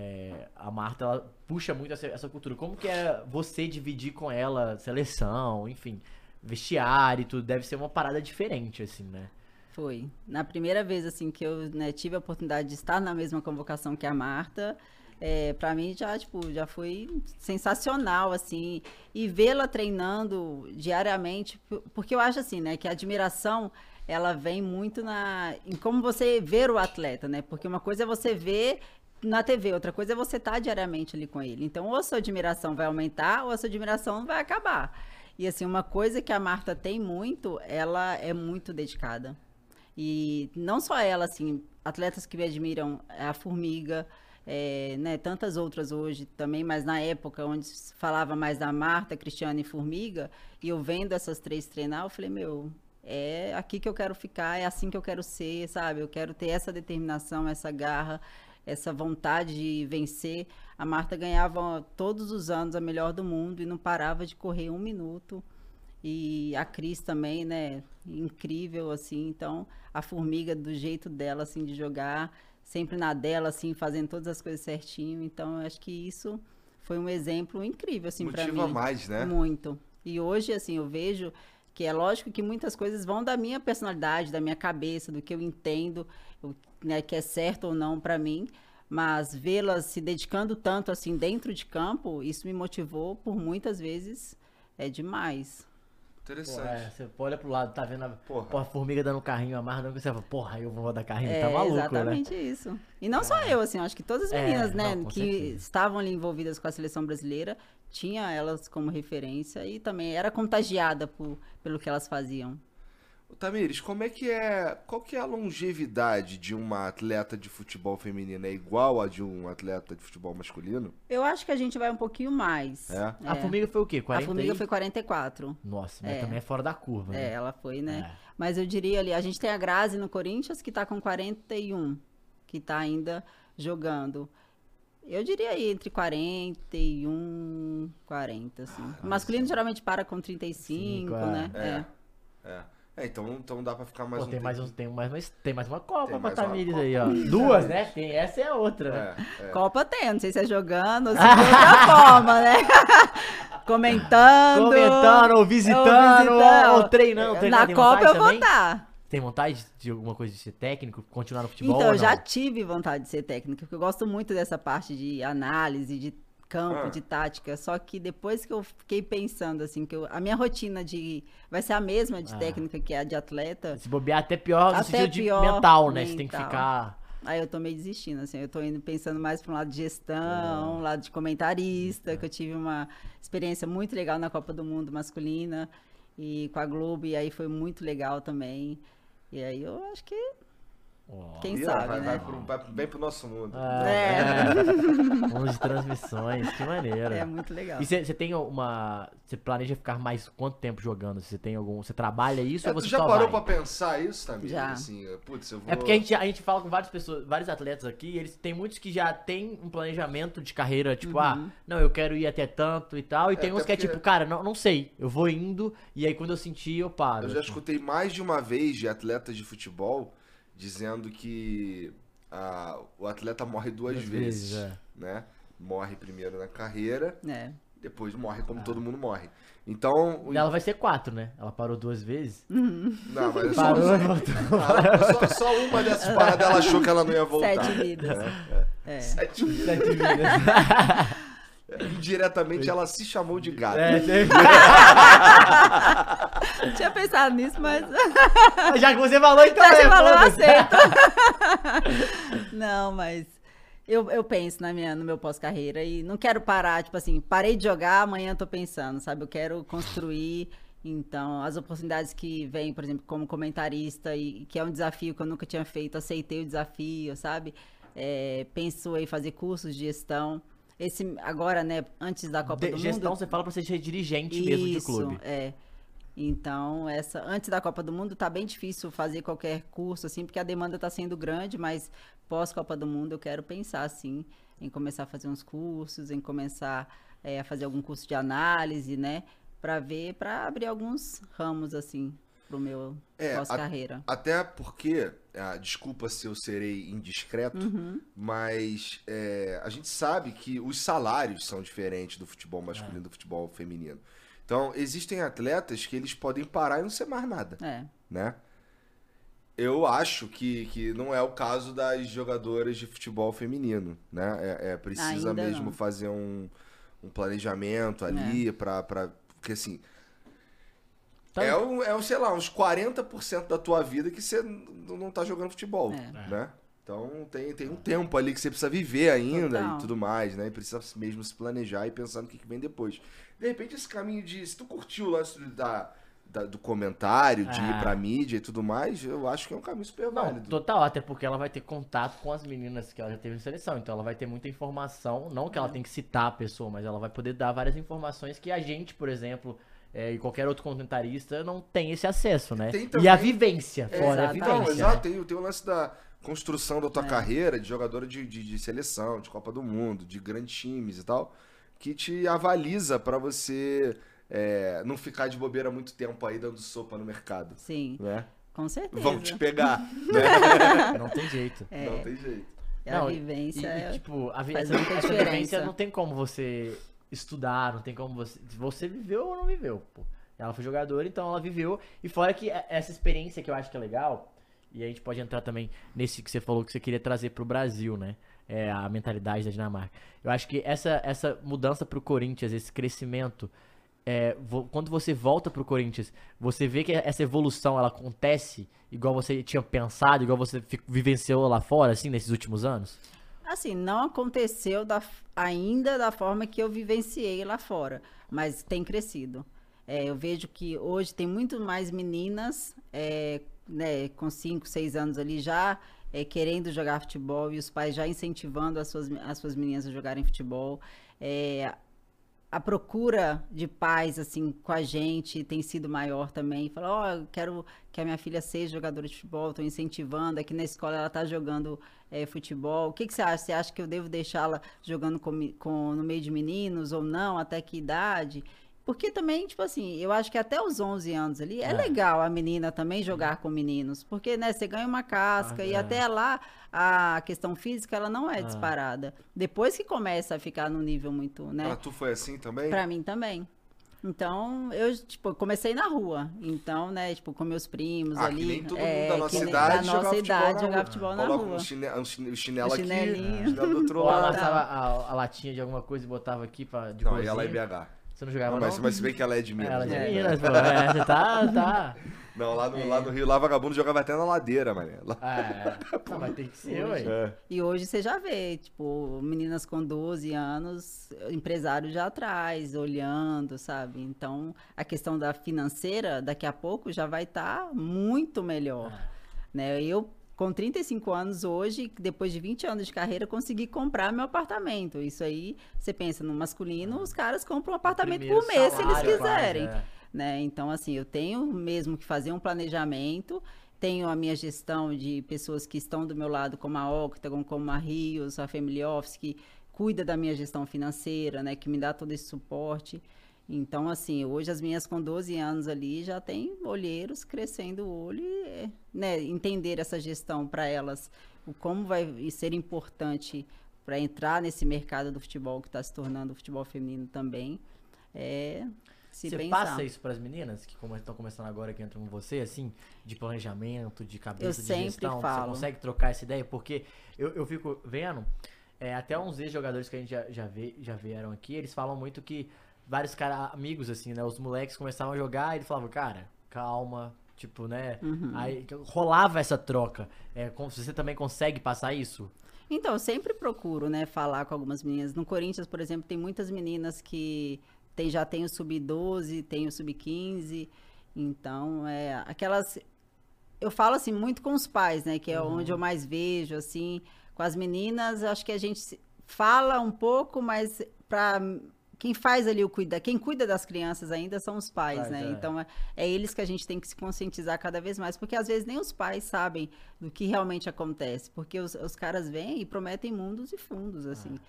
A Marta, ela puxa muito essa cultura. Como que é você dividir com ela seleção, enfim, vestiário e tudo? Deve ser uma parada diferente, assim, né? Foi. Na primeira vez, assim, que eu tive a oportunidade de estar na mesma convocação que a Marta... pra mim já foi sensacional, assim, e vê-la treinando diariamente, porque eu acho assim, né, que a admiração, ela vem muito em como você ver o atleta, né, porque uma coisa é você ver na TV, outra coisa é você estar diariamente ali com ele, então ou a sua admiração vai aumentar ou a sua admiração vai acabar, e assim, uma coisa que a Marta tem muito, ela é muito dedicada, e não só ela, assim, atletas que me admiram, a Formiga, tantas outras hoje também, mas na época onde se falava mais da Marta, Cristiane e Formiga, e eu vendo essas 3 treinar, eu falei, é aqui que eu quero ficar, é assim que eu quero ser, sabe? Eu quero ter essa determinação, essa garra, essa vontade de vencer. A Marta ganhava todos os anos a melhor do mundo e não parava de correr 1 minuto. E a Cris também, né? Incrível, assim. Então, a Formiga, do jeito dela, assim, de jogar... sempre na dela, assim, fazendo todas as coisas certinho. Então, eu acho que isso foi um exemplo incrível, assim, para mim. Motiva mais, né? Muito. E hoje, assim, eu vejo que é lógico que muitas coisas vão da minha personalidade, da minha cabeça, do que eu entendo, né, que é certo ou não para mim. Mas vê-las se dedicando tanto, assim, dentro de campo, isso me motivou por muitas vezes, demais. Interessante. Você olha pro lado, tá vendo a Formiga dando carrinho, a Marta, você fala, porra, eu vou dar carrinho, tá maluco, exatamente, né? Isso. E não só eu, assim, acho que todas as meninas, né, que estavam ali envolvidas com a seleção brasileira, tinha elas como referência e também era contagiada pelo que elas faziam. Tamires, qual que é a longevidade de uma atleta de futebol feminino? É igual a de um atleta de futebol masculino? Eu acho que a gente vai um pouquinho mais. A Formiga foi o quê? 40? A Formiga foi 44. Nossa, mas também é fora da curva, né? Ela foi, né? Mas eu diria ali, a gente tem a Grazi no Corinthians que tá com 41, que tá ainda jogando. Eu diria aí entre 41, 40, assim. O masculino geralmente para com 35, né? Então dá pra ficar mais tem mais uma Copa pra Tamires aí, ó. 2, né? Essa é a outra, né? Copa tem, não sei se é jogando ou se é de outra forma, né? Comentando, ou visitando, ou treinando. Na Copa eu vou estar. Tem vontade de alguma coisa de ser técnico, continuar no futebol? Então, eu já tive vontade de ser técnica, porque eu gosto muito dessa parte de análise, de campo, de tática, só que depois que eu fiquei pensando, assim, que a minha rotina vai ser a mesma de técnica que é a de atleta. Se bobear até pior no sentido de mental, né? Você tem que ficar... Aí eu tô meio desistindo, assim, eu tô indo pensando mais para um lado de gestão, um lado de comentarista, que eu tive uma experiência muito legal na Copa do Mundo masculina e com a Globo, e aí foi muito legal também. E aí eu acho que Quem sabe, né? Vem pro nosso mundo. Mundo de transmissões, que maneiro. É muito legal. E você tem você planeja ficar mais quanto tempo jogando? Você tem você trabalha isso ou você já só parou vai? pra pensar isso, Tamir? Já. Assim, putz, eu vou... É porque a gente fala com várias pessoas, vários atletas aqui, e eles tem muitos que já tem um planejamento de carreira, tipo, não, eu quero ir até tanto e tal, e tem uns que é tipo, cara, não sei, eu vou indo, e aí quando eu sentir, eu paro. Eu já escutei mais de uma vez de atletas de futebol dizendo que o atleta morre duas vezes, né? Morre primeiro na carreira, depois morre como todo mundo morre. Então... Ela vai ser 4, né? Ela parou 2 vezes. Não, mas parou, só uma dessas paradas ela achou que ela não ia voltar. 7 vidas. 7 vidas. 7 vidas. Indiretamente ela se chamou de gato. Tinha pensado nisso, mas... Já que você falou, então... Já que você falou, eu aceito. Não, mas... Eu penso no meu pós-carreira e não quero parar, tipo assim, parei de jogar, amanhã tô pensando, sabe? Eu quero construir, então, as oportunidades que vêm, por exemplo, como comentarista, e que é um desafio que eu nunca tinha feito, aceitei o desafio, sabe? Penso em fazer cursos de gestão. Agora, né, antes da Copa do Mundo... Gestão, você fala pra você ser dirigente mesmo de clube. Então, antes da Copa do Mundo tá bem difícil fazer qualquer curso, assim, porque a demanda tá sendo grande, mas pós-Copa do Mundo eu quero pensar, assim, em começar a fazer uns cursos, em começar a fazer algum curso de análise, né, para abrir alguns ramos, assim, pro meu pós-carreira. Até porque, desculpa se eu serei indiscreto, mas a gente sabe que os salários são diferentes do futebol masculino e do futebol feminino. Então, existem atletas que eles podem parar e não ser mais nada, né? Eu acho que não é o caso das jogadoras de futebol feminino, né? Precisa ainda mesmo fazer um planejamento ali porque assim... sei lá, uns 40% da tua vida que você não tá jogando futebol, né? Então tem um tempo ali que você precisa viver ainda e tudo mais, né? E precisa mesmo se planejar e pensar no que vem depois. De repente esse caminho se tu curtiu o lance do comentário, de ir pra mídia e tudo mais, eu acho que é um caminho super válido. Total, até porque ela vai ter contato com as meninas que ela já teve em seleção, então ela vai ter muita informação, não que ela tem que citar a pessoa, mas ela vai poder dar várias informações que a gente, por exemplo... e qualquer outro comentarista não tem esse acesso, né? Também... E a vivência, fora a vivência. Exato, tem o lance da construção da tua carreira de jogadora de seleção, de Copa do Mundo, de grandes times e tal, que te avaliza pra você não ficar de bobeira muito tempo aí dando sopa no mercado. Sim, né? Com certeza. Vão te pegar, né? Não tem jeito. Não tem jeito. A vivência tipo, faz muita essa diferença. vivência não tem como você estudar, não tem como você viveu ou não viveu, pô. Ela foi jogadora, então ela viveu. E fora que essa experiência que eu acho que é legal, e a gente pode entrar também nesse que você falou que você queria trazer pro Brasil, né? A mentalidade da Dinamarca. Eu acho que essa mudança pro Corinthians, esse crescimento, quando você volta pro Corinthians, você vê que essa evolução ela acontece igual você tinha pensado, igual você vivenciou lá fora, assim, nesses últimos anos? Assim, não aconteceu ainda da forma que eu vivenciei lá fora, mas tem crescido. Eu vejo que hoje tem muito mais meninas né, com 5, 6 anos ali já querendo jogar futebol e os pais já incentivando as suas meninas a jogarem futebol. A procura de pais, assim, com a gente tem sido maior também. Fala, eu quero que a minha filha seja jogadora de futebol, estou incentivando. Aqui na escola ela está jogando futebol. O que você acha? Você acha que eu devo deixá-la jogando no meio de meninos ou não? Até que idade? Porque também, tipo assim, eu acho que até os 11 anos ali é legal a menina também jogar com meninos. Porque, né, você ganha uma casca e até lá a questão física, ela não é disparada. Depois que começa a ficar no nível muito, né? Pra tu foi assim também? Pra mim também. Então, eu, tipo, comecei na rua. Então, né, tipo, com meus primos ali. Que nem todo mundo da nossa idade jogava futebol na rua. Coloca um chinelo aqui, chinelinho. do outro Ou lado. amassava a latinha de alguma coisa e botava aqui de Não, coisinha. e ela é BH. Você não jogava, não? Mas se bem que ela é de Minas. Ela é de Minas, pô. Você tá... Não, lá no Rio, lá vagabundo jogava até na ladeira, mané. Não, mas tem que ser, ué. E hoje você já vê, tipo, meninas com 12 anos, empresário já atrás, olhando, sabe? Então, a questão da financeira, daqui a pouco, já vai estar muito melhor. Né? Eu com 35 anos hoje, depois de 20 anos de carreira, consegui comprar meu apartamento. Isso aí, você pensa, no masculino, os caras compram um apartamento por mês, se eles quiserem. Quase, né? Então, assim, eu tenho mesmo que fazer um planejamento, tenho a minha gestão de pessoas que estão do meu lado, como a Octagon, como a Rios, a Family Office, que cuida da minha gestão financeira, né, que me dá todo esse suporte. Então, assim, hoje as minhas com 12 anos ali já tem olheiros crescendo o olho e, né, entender essa gestão para elas, como vai ser importante para entrar nesse mercado do futebol que está se tornando o futebol feminino também. Você passa isso para as meninas que estão começando agora, que entram com você, assim, de planejamento, de cabeça, de gestão? Você consegue trocar essa ideia? Porque eu fico vendo, até uns ex-jogadores que a gente já vieram aqui, eles falam muito que vários caras, amigos, assim, né? Os moleques começavam a jogar e eles falavam, cara, calma, tipo, né? Aí rolava essa troca. Você também consegue passar isso? Então, eu sempre procuro, né, falar com algumas meninas. No Corinthians, por exemplo, tem muitas meninas que já tem o sub-12, tem o sub-15. Então, aquelas... Eu falo, assim, muito com os pais, né? Que é onde eu mais vejo, assim. Com as meninas, acho que a gente fala um pouco, mas para... Quem faz ali quem cuida das crianças ainda são os pais, né? Então, é eles que a gente tem que se conscientizar cada vez mais, porque às vezes nem os pais sabem do que realmente acontece, porque os caras vêm e prometem mundos e fundos, assim.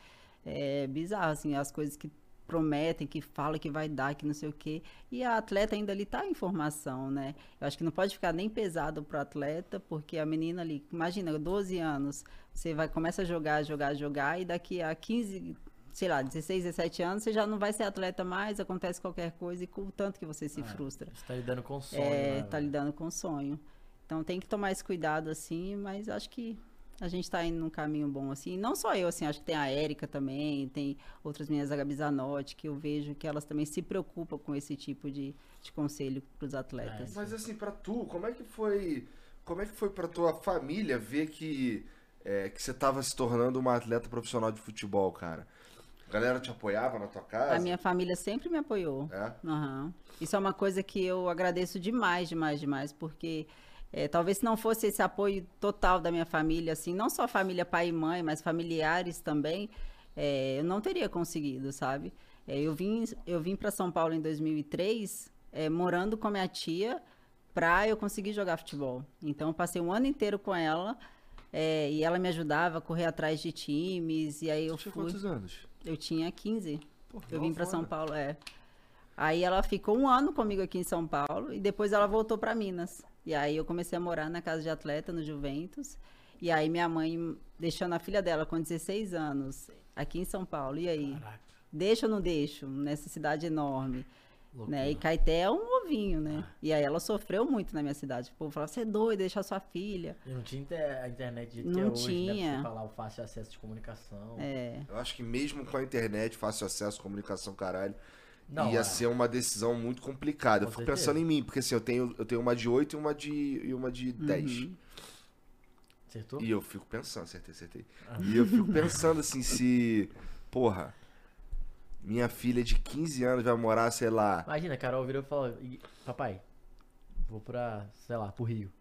É bizarro, assim, as coisas que prometem, que falam que vai dar, que não sei o quê, e a atleta ainda ali tá em formação, né? Eu acho que não pode ficar nem pesado pro atleta, porque a menina ali, imagina, 12 anos, você começa a jogar, e daqui a 15... sei lá, 16, 17 anos, você já não vai ser atleta mais, acontece qualquer coisa e com o tanto que você se frustra. Você tá lidando com sonho. Né, tá lidando com sonho. Então tem que tomar esse cuidado, assim, mas acho que a gente tá indo num caminho bom, assim. Não só eu, assim, acho que tem a Érica também, tem outras meninas, a Gabi Zanotti, que eu vejo que elas também se preocupam com esse tipo de conselho pros atletas. Mas assim, pra tu, como é que foi pra tua família ver que você tava se tornando uma atleta profissional de futebol, cara? A galera te apoiava na tua casa? A minha família sempre me apoiou. Isso é uma coisa que eu agradeço demais, porque talvez se não fosse esse apoio total da minha família, assim, não só família pai e mãe, mas familiares também, eu não teria conseguido, sabe? Eu vim para São Paulo em 2003, morando com a minha tia, para eu conseguir jogar futebol. Então, eu passei um ano inteiro com ela, e ela me ajudava a correr atrás de times, e aí eu fui... Quantos anos? Eu tinha 15. Eu vim para São Paulo, Aí ela ficou um ano comigo aqui em São Paulo e depois ela voltou para Minas. E aí eu comecei a morar na casa de atleta, no Juventus. E aí minha mãe deixando a filha dela com 16 anos aqui em São Paulo. E aí? Caraca. Deixo ou não deixo? Nessa cidade enorme. Né? E Caeté é um ovinho, né? E aí ela sofreu muito na minha cidade. O povo falava, você é doido, deixa a sua filha. E não tinha a internet de não hoje, tinha. Né? Pra você falar o fácil acesso de comunicação. Eu acho que mesmo com a internet, fácil acesso, comunicação, caralho, ia ser uma decisão muito complicada. Eu fico pensando em mim, porque assim, eu tenho uma de 8 e uma de 10. Acertou? E eu fico pensando, acertei. E eu fico pensando assim, se... Porra... Minha filha de 15 anos vai morar, sei lá... Imagina, a Carol virou e falou, papai, vou sei lá, pro Rio.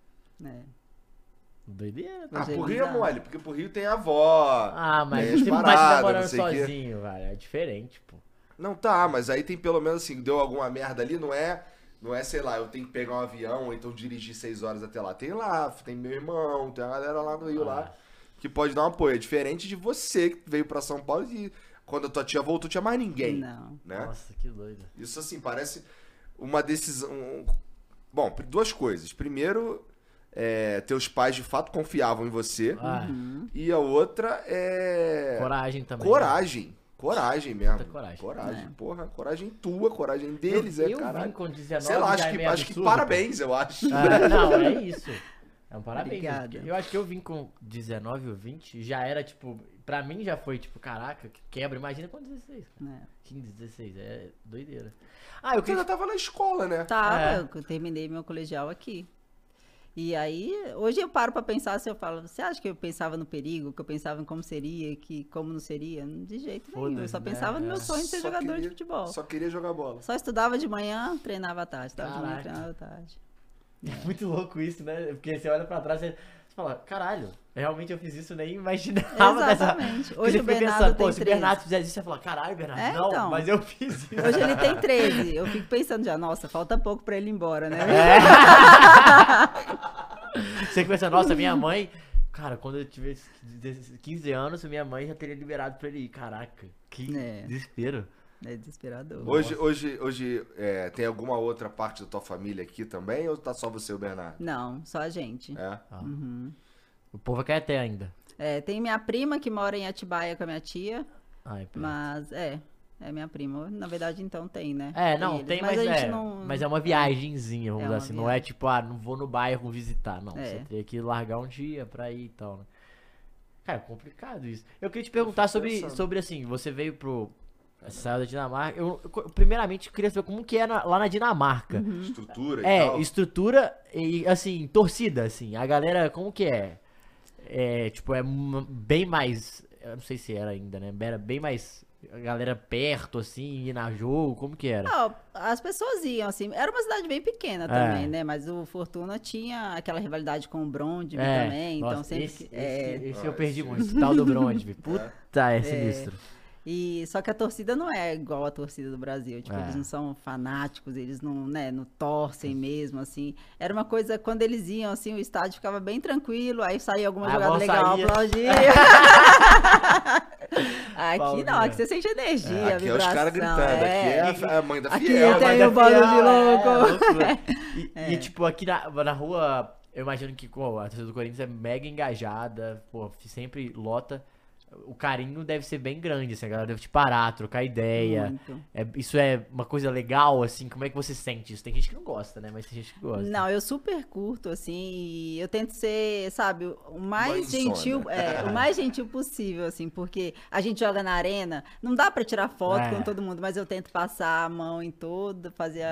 Doideira. Pro Rio é mole, porque pro Rio tem a avó. Mas você vai morando sozinho, velho, é diferente, pô. Não, tá, mas aí tem pelo menos assim, deu alguma merda ali, não é, sei lá, eu tenho que pegar um avião ou então dirigir 6 horas até lá. Tem lá, tem meu irmão, tem a galera lá no Rio lá, que pode dar um apoio. É diferente de você que veio pra São Paulo e... Quando a tua tia voltou, tinha mais ninguém. Não. Né? Nossa, que doido. Isso, assim, parece uma decisão... Bom, 2 coisas. Primeiro, teus pais, de fato, confiavam em você. E a outra é... Coragem também. Coragem mesmo. Coragem. Porra. Coragem tua, coragem deles, caralho. Eu vim com 19, sei lá, acho que parabéns, eu acho. Não, é isso. É um parabéns. Obrigada. Eu acho que eu vim com 19 ou 20, já era, tipo... Pra mim já foi, tipo, caraca, que quebra. Imagina com 16, cara. 15, 16, é doideira. Você ainda tava na escola, né? Tava, eu terminei meu colegial aqui. E aí, hoje eu paro pra pensar, se eu falo, você acha que eu pensava no perigo, que eu pensava em como seria, como não seria? De jeito nenhum, eu só pensava no meu sonho de ser jogador de futebol. Só queria jogar bola. Só estudava de manhã, treinava à tarde. Treinava à tarde. É muito louco isso, né? Porque você olha pra trás, você fala, caralho, realmente eu fiz isso, nem imaginava. Exatamente. Hoje o Bernardo tem 13. Se o Bernardo fizesse isso, você fala, caralho, Bernardo, não, então, mas eu fiz isso. Hoje ele tem 13. Eu fico pensando já, nossa, falta pouco pra ele ir embora, né? Você pensa, nossa, minha mãe... Cara, quando eu tivesse 15 anos, minha mãe já teria liberado pra ele ir. Caraca, que desespero. É desesperador. Hoje tem alguma outra parte da tua família aqui também? Ou tá só você e o Bernardo? Não, só a gente. Uhum. O povo quer até ainda. Tem minha prima que mora em Atibaia com a minha tia. Ai, mas é minha prima. Na verdade, então tem, né? Tem, mas é uma viagenzinha, vamos dizer assim. Não é tipo, não vou no bairro visitar. Não, você teria que largar um dia pra ir e tal, né? Cara, é complicado isso. Eu queria te perguntar sobre assim, você veio saiu da Dinamarca. Eu primeiramente queria saber como que é lá na Dinamarca. Uhum. Estrutura e tal. Estrutura e, assim, torcida, assim. A galera, como que é? Tipo, é bem mais... Eu não sei se era ainda, né? Era bem mais... A galera perto, assim, ir na jogo, como que era? Não, as pessoas iam, assim, era uma cidade bem pequena também, né? Mas o Fortuna tinha aquela rivalidade com o Brondby também, nossa, então sempre... Esse eu perdi muito, tal do Brondby. Puta, é sinistro. Só que a torcida não é igual a torcida do Brasil, tipo, eles não são fanáticos, eles não, né, não torcem mesmo, assim. Era uma coisa, quando eles iam, assim, o estádio ficava bem tranquilo, aí saía alguma jogada legal, aplaudia. Aqui não, aqui você sente energia, aqui vibração. É os caras gritando, aqui é a mãe da Fiel. Aqui tem o bando de louco. E tipo, aqui na rua, eu imagino que a torcida do Corinthians é mega engajada, pô, sempre lota. O carinho deve ser bem grande, assim, a galera deve te parar, trocar ideia. Isso é uma coisa legal, assim, como é que você sente isso? Tem gente que não gosta, né? Mas tem gente que gosta. Não, eu super curto, assim, e eu tento ser, sabe, o mais gentil, o mais gentil possível, assim, porque a gente joga na arena, não dá pra tirar foto com todo mundo, mas eu tento passar a mão em todo, fazer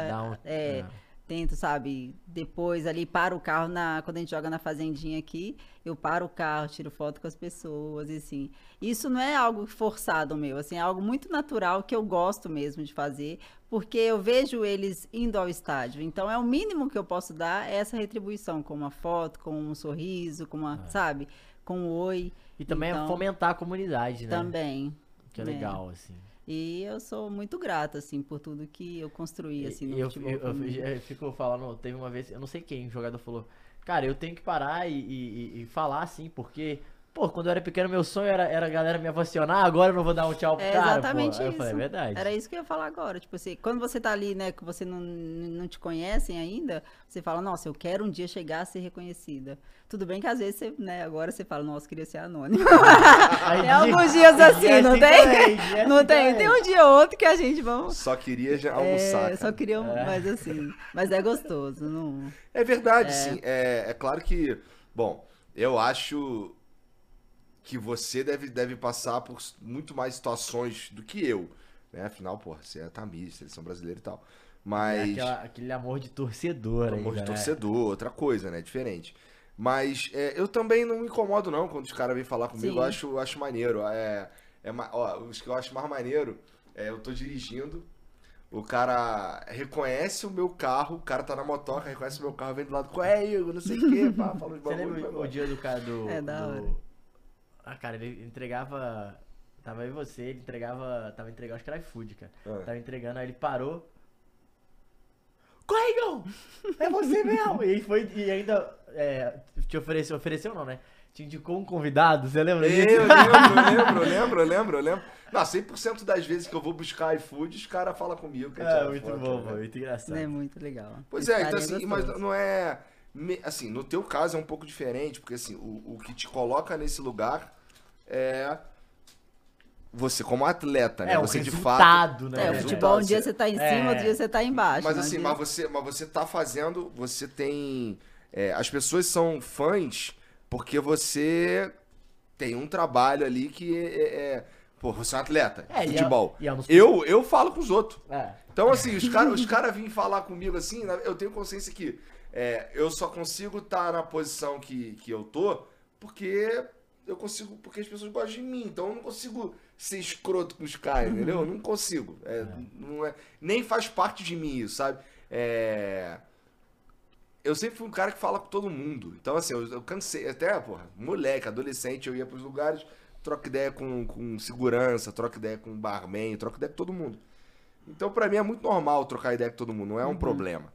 tento, sabe, depois ali para o carro, quando a gente joga na fazendinha aqui, eu paro o carro, tiro foto com as pessoas, e assim, isso não é algo forçado meu, assim, é algo muito natural que eu gosto mesmo de fazer, porque eu vejo eles indo ao estádio, então é o mínimo que eu posso dar, é essa retribuição, com uma foto, com um sorriso, com uma, sabe, com um oi. E também é fomentar a comunidade, né? Também. Que é legal, assim. E eu sou muito grata, assim, por tudo que eu construí, assim, no futebol. Eu fico falando, teve uma vez, eu não sei quem, um jogador falou, cara, eu tenho que parar e falar assim, porque, pô, quando eu era pequeno, meu sonho era a galera me ovacionar, agora eu não vou dar um tchau pro cara, exatamente pô. Aí isso. eu falei, é verdade. Era isso que eu ia falar agora, tipo assim, quando você tá ali, né, que você não te conhecem ainda, você fala, nossa, eu quero um dia chegar a ser reconhecida. Tudo bem que às vezes você, né, agora você fala, nossa, queria ser anônimo. Tem alguns dias assim, não tem? Não tem? Tem um dia ou outro que a gente vamos... Só queria já almoçar. Só queria, mas assim, mas é gostoso. Não... É verdade, sim. É claro que, bom, eu acho que você deve passar por muito mais situações do que eu, né? Afinal, pô, você é Tamires, seleção brasileira e tal. Mas... aquele amor de torcedor amor de torcedor, outra coisa, né? Diferente. Mas eu também não me incomodo, não, quando os caras vêm falar comigo. Eu acho maneiro. Os que eu acho mais maneiro, eu tô dirigindo, o cara reconhece o meu carro, o cara tá na motoca, reconhece o meu carro, vem do lado, qual é, Igor, não sei o quê, pá, fala os bagulho. Você lembra o dia do cara do... da hora. Cara, ele entregava... Tava aí você, ele entregava... Tava entregando, acho que era iFood, cara. Tava entregando, aí ele parou. Corre, Igor! É você mesmo! E ainda te ofereceu não, né? Te indicou um convidado, você lembra disso? Eu lembro. Não, 100% das vezes que eu vou buscar iFood, os caras falam comigo. Muito foto, bom, né? Muito engraçado. É muito legal. Pois então assim, mas não é... Assim, no teu caso é um pouco diferente, porque assim, o que te coloca nesse lugar é... Você como atleta, né? Você de fato... né? O futebol, um dia você tá em cima, outro dia você tá embaixo. Mas assim, mas você tá fazendo... Você tem... as pessoas são fãs porque você tem um trabalho ali que pô, você é um atleta de futebol. Eu falo com os outros. Então assim, os cara vêm falar comigo assim, eu tenho consciência que eu só consigo estar na posição que eu tô porque porque as pessoas gostam de mim. Então eu não consigo ser escroto com os caras, entendeu? Eu não consigo. Nem faz parte de mim isso, sabe? eu sempre fui um cara que fala com todo mundo. Então, assim, eu cansei. Até, porra, moleque, adolescente, eu ia pros lugares, troco ideia com segurança, troco ideia com barman, troco ideia com todo mundo. Então, pra mim, é muito normal trocar ideia com todo mundo, não é um problema.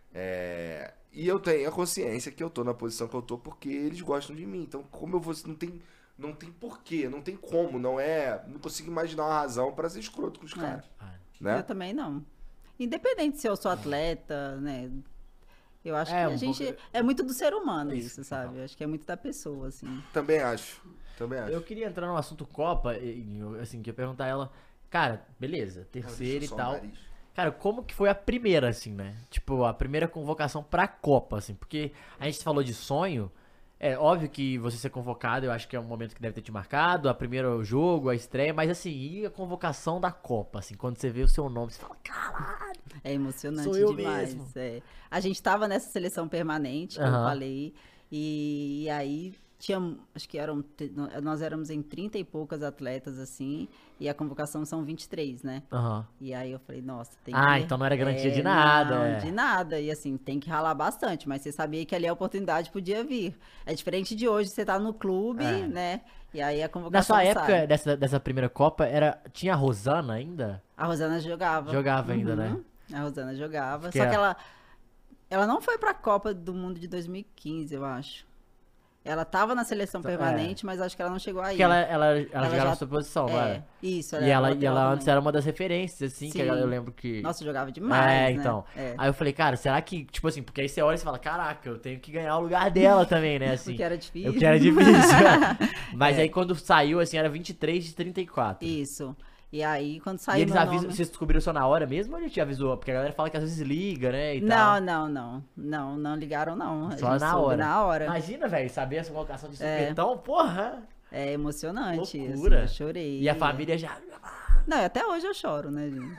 E eu tenho a consciência que eu tô na posição que eu tô porque eles gostam de mim. Então, como eu vou... Não tem porquê, não tem como, não consigo imaginar uma razão pra ser escroto com os caras. Né? Eu também não. Independente se eu sou atleta, né? Eu acho que a gente... É muito do ser humano isso, sabe? Eu acho que é muito da pessoa, assim. Também acho. Eu queria entrar no assunto Copa, assim, que ia perguntar a ela... Cara, beleza, terceira e tal. Cara, como que foi a primeira, assim, né? Tipo, a primeira convocação pra Copa, assim. Porque a gente falou de sonho... É óbvio que você ser convocado, eu acho que é um momento que deve ter te marcado, a primeiro jogo, a estreia, mas assim, e a convocação da Copa, assim, quando você vê o seu nome, você fala, caralho! É emocionante sou eu demais. Mesmo. A gente tava nessa seleção permanente, que eu falei, e aí acho que nós éramos em 30 e poucas atletas, assim, e a convocação são 23, né? E aí eu falei, nossa, tem que... então não era garantia de nada. Não, de nada, e assim, tem que ralar bastante, mas você sabia que ali a oportunidade podia vir. É diferente de hoje, você tá no clube, né? E aí a convocação Na sua época, dessa primeira Copa, tinha a Rosana ainda? A Rosana jogava. Jogava ainda, né? A Rosana jogava, só que ela não foi pra Copa do Mundo de 2015, eu acho. Ela tava na seleção permanente, mas acho que ela não chegou aí. Porque ela jogava na sua posição, vai. Isso, E ela antes era uma das referências, assim, que eu lembro que... Nossa, jogava demais, então. Aí eu falei, cara, será que, tipo assim, porque aí você olha e você fala, caraca, eu tenho que ganhar o lugar dela também, né, assim. Porque era difícil. Porque era difícil. Mas aí quando saiu, assim, era 23 de 34. Isso. E aí, quando saiu. E eles avisam, vocês descobriram só na hora mesmo ou ele te avisou? Porque a galera fala que às vezes liga, né? E tal. Não ligaram, não. Só na hora. hora. Imagina, velho, saber essa convocação de supetão, porra! É emocionante. Loucura. Assim, eu chorei. E a família já. Não, até hoje eu choro, né, gente?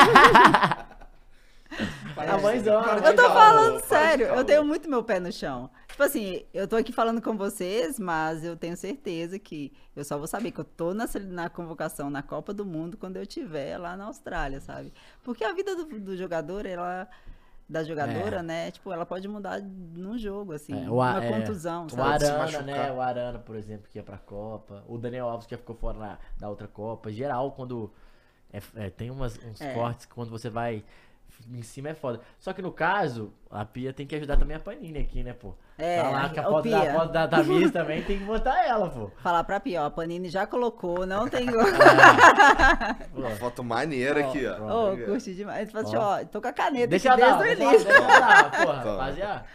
A mãezona. Eu tô falando sério, eu tenho muito meu pé no chão. Tipo assim, eu tô aqui falando com vocês, mas eu tenho certeza que eu só vou saber que eu tô na convocação na Copa do Mundo quando eu estiver lá na Austrália, sabe? Porque a vida do jogador, da jogadora, né? Tipo, ela pode mudar num jogo, assim. Uma contusão, sabe? O Arana, né? O Arana, por exemplo, que ia pra Copa. O Daniel Alves, que já ficou fora da outra Copa. Em geral, quando tem uns cortes, quando você vai... Em cima é foda. Só que no caso, a Pia tem que ajudar também a Panini aqui, né, pô? Tá lá que a foto da Miss também tem que botar ela, pô. Falar pra Pia, ó, a Panini já colocou, não tem... Uma foto maneira aqui, ó. Curti demais. Fala assim, ó, tô com a caneta desde o início. Porra, rapaziada.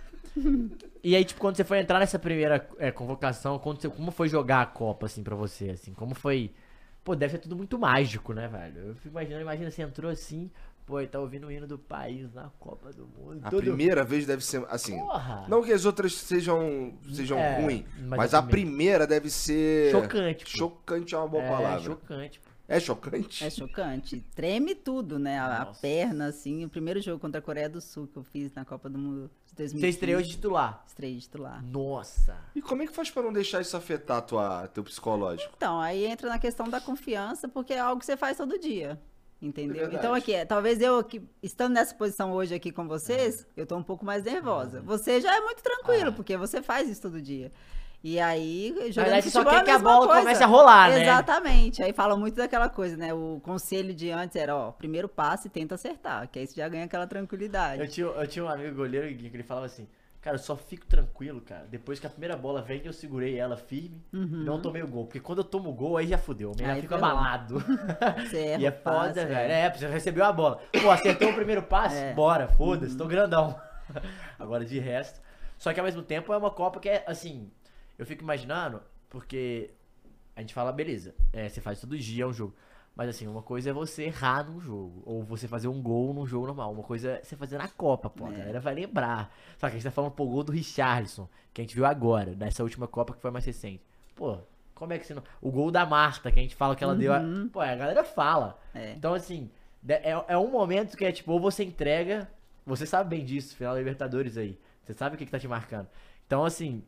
E aí, tipo, quando você foi entrar nessa primeira convocação, como foi jogar a Copa, assim, pra você, assim? Como foi... Pô, deve ser tudo muito mágico, né, velho? Eu fico imaginando, você entrou assim... Pô, e tá ouvindo o hino do país na Copa do Mundo. A primeira vez deve ser, assim... Porra. Não que as outras sejam ruins, mas a primeira deve ser... Chocante. Pô. Chocante é uma boa palavra. Chocante. Pô. É chocante? É chocante. Treme tudo, né? A perna, assim. O primeiro jogo contra a Coreia do Sul que eu fiz na Copa do Mundo de 2015. Você estreou de titular? Estreiei de titular. Nossa. E como é que faz pra não deixar isso afetar teu psicológico? Então, aí entra na questão da confiança, porque é algo que você faz todo dia. Entendeu? Então aqui, talvez eu, estando nessa posição hoje aqui com vocês, eu tô um pouco mais nervosa. Você já é muito tranquilo, porque você faz isso todo dia. E aí, jogando futebol, só quer que a bola comece a rolar, né? Exatamente. Aí fala muito daquela coisa, né? O conselho de antes era, ó, primeiro passe e tenta acertar, que aí você já ganha aquela tranquilidade. Eu tinha um amigo goleiro que ele falava assim, cara, eu só fico tranquilo, cara, depois que a primeira bola vem, eu segurei ela firme e não tomei o gol. Porque quando eu tomo o gol, aí já fudeu. Eu fico abalado. E é foda, velho. Você recebeu a bola. Pô, acertou o primeiro passe? Bora, foda-se, tô grandão. Agora, de resto. Só que ao mesmo tempo é uma Copa que é, assim, eu fico imaginando, porque a gente fala, beleza, você faz todo dia, é um jogo. Mas assim, uma coisa é você errar num jogo, ou você fazer um gol num jogo normal. Uma coisa é você fazer na Copa, pô, a galera vai lembrar. Só que a gente tá falando, pô, o gol do Richarlison, que a gente viu agora, nessa última Copa que foi mais recente. Pô, como é que você não... O gol da Marta, que a gente fala que ela deu... Pô, a galera fala. Então, assim, é um momento que é tipo, ou você entrega, você sabe bem disso, final da Libertadores aí. Você sabe o que tá te marcando. Então, assim,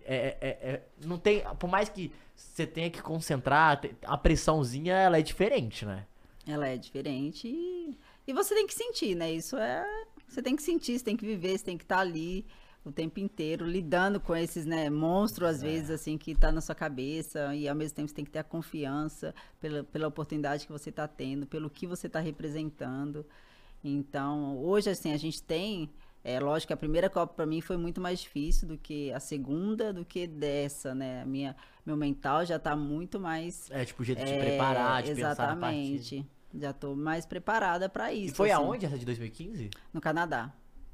não tem... Por mais que você tenha que concentrar, a pressãozinha, ela é diferente, né? Ela é diferente e você tem que sentir, né? Isso você tem que sentir, você tem que viver, você tem que estar ali. o tempo inteiro, lidando com esses, né, monstros, às vezes, assim, que tá na sua cabeça, e ao mesmo tempo você tem que ter a confiança pela oportunidade que você tá tendo, pelo que você tá representando. Então, hoje, assim, a gente tem... lógico que a primeira Copa para mim foi muito mais difícil do que a segunda, do que dessa, né? Meu mental já tá muito mais... tipo, o jeito de preparar, de pensar na partida. Exatamente. Já tô mais preparada para isso. E foi assim. aonde essa de 2015? No Canadá.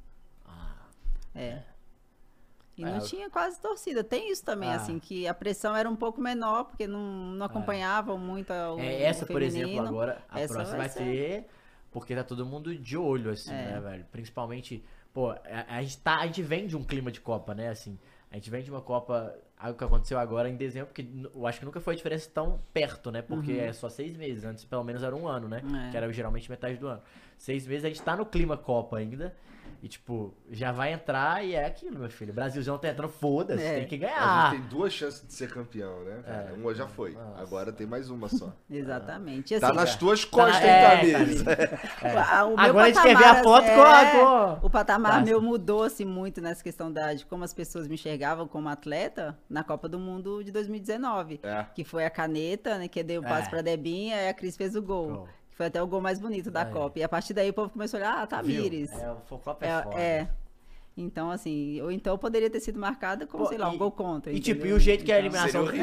E não tinha quase torcida. Tem isso também, assim, que a pressão era um pouco menor, porque não acompanhavam muito o essa, o por exemplo, agora, a essa próxima vai ser... Porque tá todo mundo de olho, assim, né, velho? Principalmente... Pô, a gente vem de um clima de Copa, né, assim. A gente vem de uma Copa, algo que aconteceu agora em dezembro, porque eu acho que nunca foi a diferença tão perto, né? Porque é só 6 meses, antes pelo menos era um ano, né? Que era geralmente metade do ano. 6 meses a gente tá no clima Copa ainda. E, tipo, já vai entrar e é aquilo, meu filho. O Brasilzão tá entrando, foda-se, tem que ganhar. A gente tem 2 chances de ser campeão, né? Uma já foi. Nossa. Agora tem mais uma só. Exatamente. Assim, Tá nas tuas costas, hein, camisa? Agora a gente quer ver a foto com... O patamar meu mudou, assim, muito nessa questão de como as pessoas me enxergavam como atleta na Copa do Mundo de 2019. Que foi a caneta, né? Que deu o passe pra Debinha e a Cris fez o gol. Foi até o gol mais bonito da Copa. E a partir daí o povo começou a olhar, Tamires. O Copa é foda. Então, assim, ou então poderia ter sido marcada como, sei lá, um gol contra. E tipo, e o jeito que a eliminação... Mas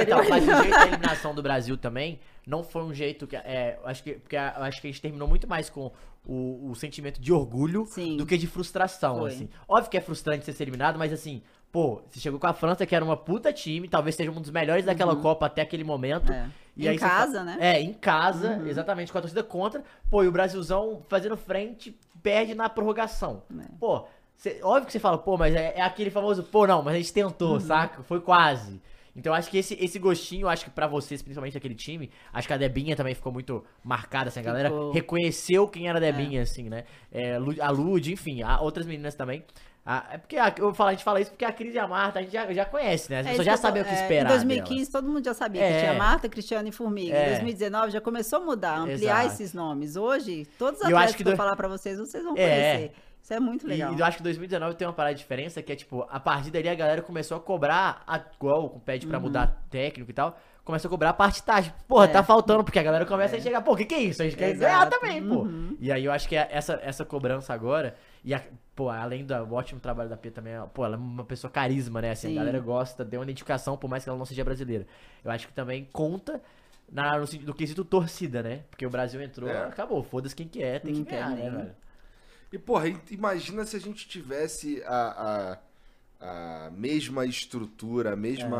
o jeito da eliminação do Brasil também não foi um jeito que... Porque eu acho que a gente terminou muito mais com o sentimento de orgulho do que de frustração, assim. Óbvio que é frustrante você ser eliminado, mas assim... Pô, você chegou com a França, que era uma puta time, talvez seja um dos melhores daquela Copa até aquele momento. E em casa, né? Em casa, exatamente, com a torcida contra. Pô, e o Brasilzão fazendo frente, perde na prorrogação. Pô, óbvio que você fala, pô, mas é aquele famoso, pô, não, mas a gente tentou, saca? Foi quase. Então, acho que esse gostinho, acho que pra vocês, principalmente aquele time, acho que a Debinha também ficou muito marcada, assim, a galera reconheceu quem era a Debinha, assim, né? A Lud, enfim, outras meninas também. É porque a gente fala isso porque a Cris e a Marta a gente já conhece, né? As pessoas já sabem o que esperar. Em 2015 delas. Todo mundo já sabia que tinha Marta, Cristiano e Formiga. Em 2019 já começou a mudar, ampliar esses nomes. Hoje, todos os atletas que eu falar pra vocês vão conhecer. Isso é muito legal. E eu acho que 2019 tem uma parada de diferença que é tipo, a partir dali a galera começou a cobrar, igual pede pra mudar técnico e tal, começou a cobrar a parte de tática. Porra, tá faltando, porque a galera começa a chegar, pô, o que é isso? A gente quer ganhar também, pô. E aí eu acho que essa cobrança agora, pô, além do ótimo trabalho da Pia também, pô, ela é uma pessoa carisma, né? Assim, a galera gosta, deu uma identificação, por mais que ela não seja brasileira. Eu acho que também conta no quesito torcida, né? Porque o Brasil entrou, acabou, foda-se quem que tem que ganhar, né, velho? E, porra, imagina se a gente tivesse a mesma estrutura,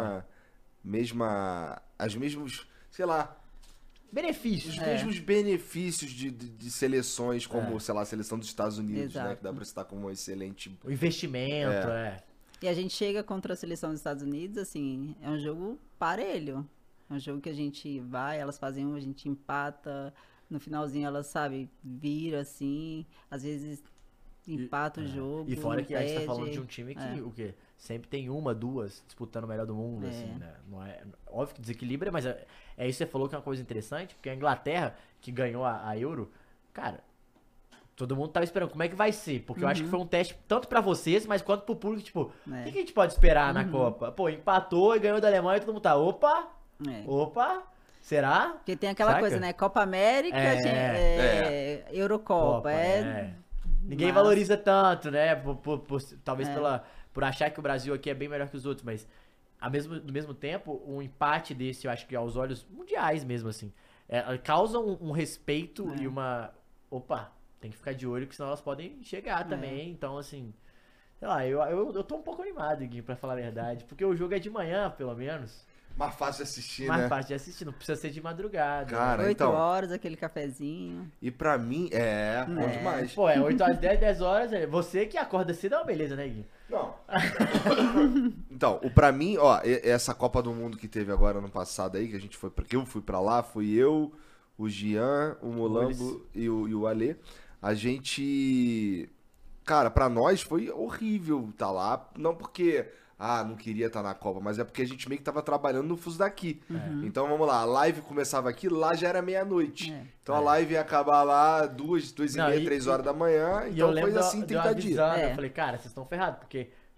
as mesmos, sei lá... Benefícios. Os mesmos benefícios de seleções, como, sei lá, a seleção dos Estados Unidos, né? Que dá pra citar como um excelente... O investimento, E a gente chega contra a seleção dos Estados Unidos, assim, é um jogo parelho. É um jogo que a gente vai, elas fazem a gente empata... No finalzinho elas, sabe, vira assim, às vezes empata o jogo. E fora que a gente tá falando de um time que, o quê? Sempre tem uma, duas disputando o melhor do mundo, assim, né? Não óbvio que desequilibra, mas isso que você falou que é uma coisa interessante, porque a Inglaterra, que ganhou a Euro, cara, todo mundo tava esperando como é que vai ser, porque eu acho que foi um teste tanto pra vocês, mas quanto pro público, tipo, o que a gente pode esperar na Copa? Pô, empatou e ganhou da Alemanha e todo mundo tá, opa! Será? Porque tem aquela coisa, né? Copa América, Eurocopa. Ninguém valoriza tanto, né? Talvez por achar que o Brasil aqui é bem melhor que os outros, mas do mesmo tempo, um empate desse, eu acho que aos olhos mundiais mesmo, assim, causa um respeito e uma... Opa, tem que ficar de olho, porque senão elas podem chegar também. Então, assim, sei lá, eu tô um pouco animado, Gui, pra falar a verdade, porque o jogo é de manhã, pelo menos. Mais fácil de assistir, Mais fácil de assistir, não precisa ser de madrugada. Cara, 8 horas, aquele cafezinho. E pra mim, bom demais. Pô, 8 horas, 10 horas, você que acorda cedo é uma beleza, né, Gui? Não. Então, pra mim, essa Copa do Mundo que teve agora ano passado aí, que a gente foi, porque eu fui pra lá, fui eu, o Gian, o Molambo e o Alê. A gente... Cara, pra nós foi horrível estar lá, não porque... não queria estar na Copa, mas é porque a gente meio que tava trabalhando no fuso daqui. Então, vamos lá, a live começava aqui, lá já era meia-noite. Então, a live ia acabar lá 2h30, 3 horas da manhã, então foi assim 30 dias. Eu falei, cara, vocês estão ferrados, porque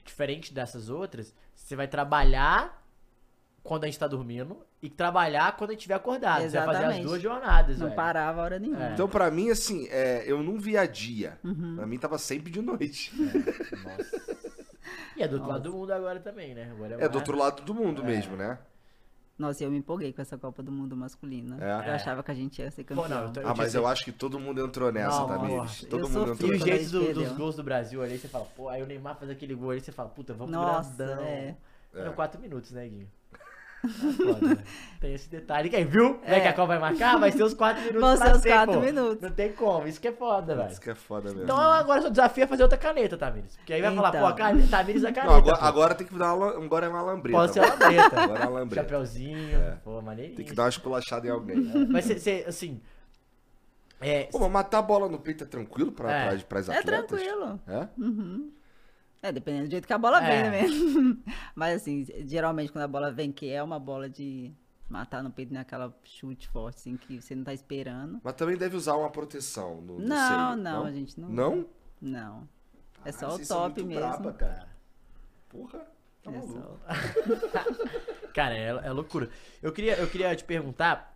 diferente dessas outras, você vai trabalhar quando a gente tá dormindo e trabalhar quando a gente estiver acordado. Exatamente. Você vai fazer as duas jornadas, Não parava a hora nenhuma. Então, pra mim, assim, eu não via dia. Pra mim, tava sempre de noite. Nossa. E é do outro lado do mundo agora também, né? Agora do outro lado do mundo mesmo, né? Nossa, eu me empolguei com essa Copa do Mundo masculina. Eu achava que a gente ia ser campeão. Mas eu acho que todo mundo entrou nessa, Tamires. Todo mundo entrou nessa. E o jeito dos gols do Brasil ali, você fala, pô, aí o Neymar faz aquele gol ali, você fala, puta, vamos pro grandão. Foram 4 minutos, né, Guinho? Foda, né? Tem esse detalhe que aí, viu? Que a Copa vai marcar, vai ser os 4 minutos. Vão ser os 4 minutos. Não tem como, isso que é foda, velho. Isso que é foda mesmo. Então agora o seu desafio é fazer outra caneta, Tamires. Porque aí vai falar, pô, Tamires é caneta. Não, agora tem que dar agora é uma lambreta. Pode ser uma lambreta. Agora é uma lambreta. Chapeuzinho, pô, maneirinho. Tem que dar uma esculachada em alguém. Mas você, assim... Pô, mas matar a bola no peito é tranquilo pras atletas? É tranquilo. É? Dependendo do jeito que a bola vem, né? Mas assim, geralmente quando a bola vem, que é uma bola de matar no peito, né? Aquela chute forte, assim, que você não tá esperando. Mas também deve usar uma proteção no seio. Não, a gente não. Não? Não. É só o top mesmo. Braba, cara. Porra, tá maluco. Cara, é loucura. Eu queria te perguntar,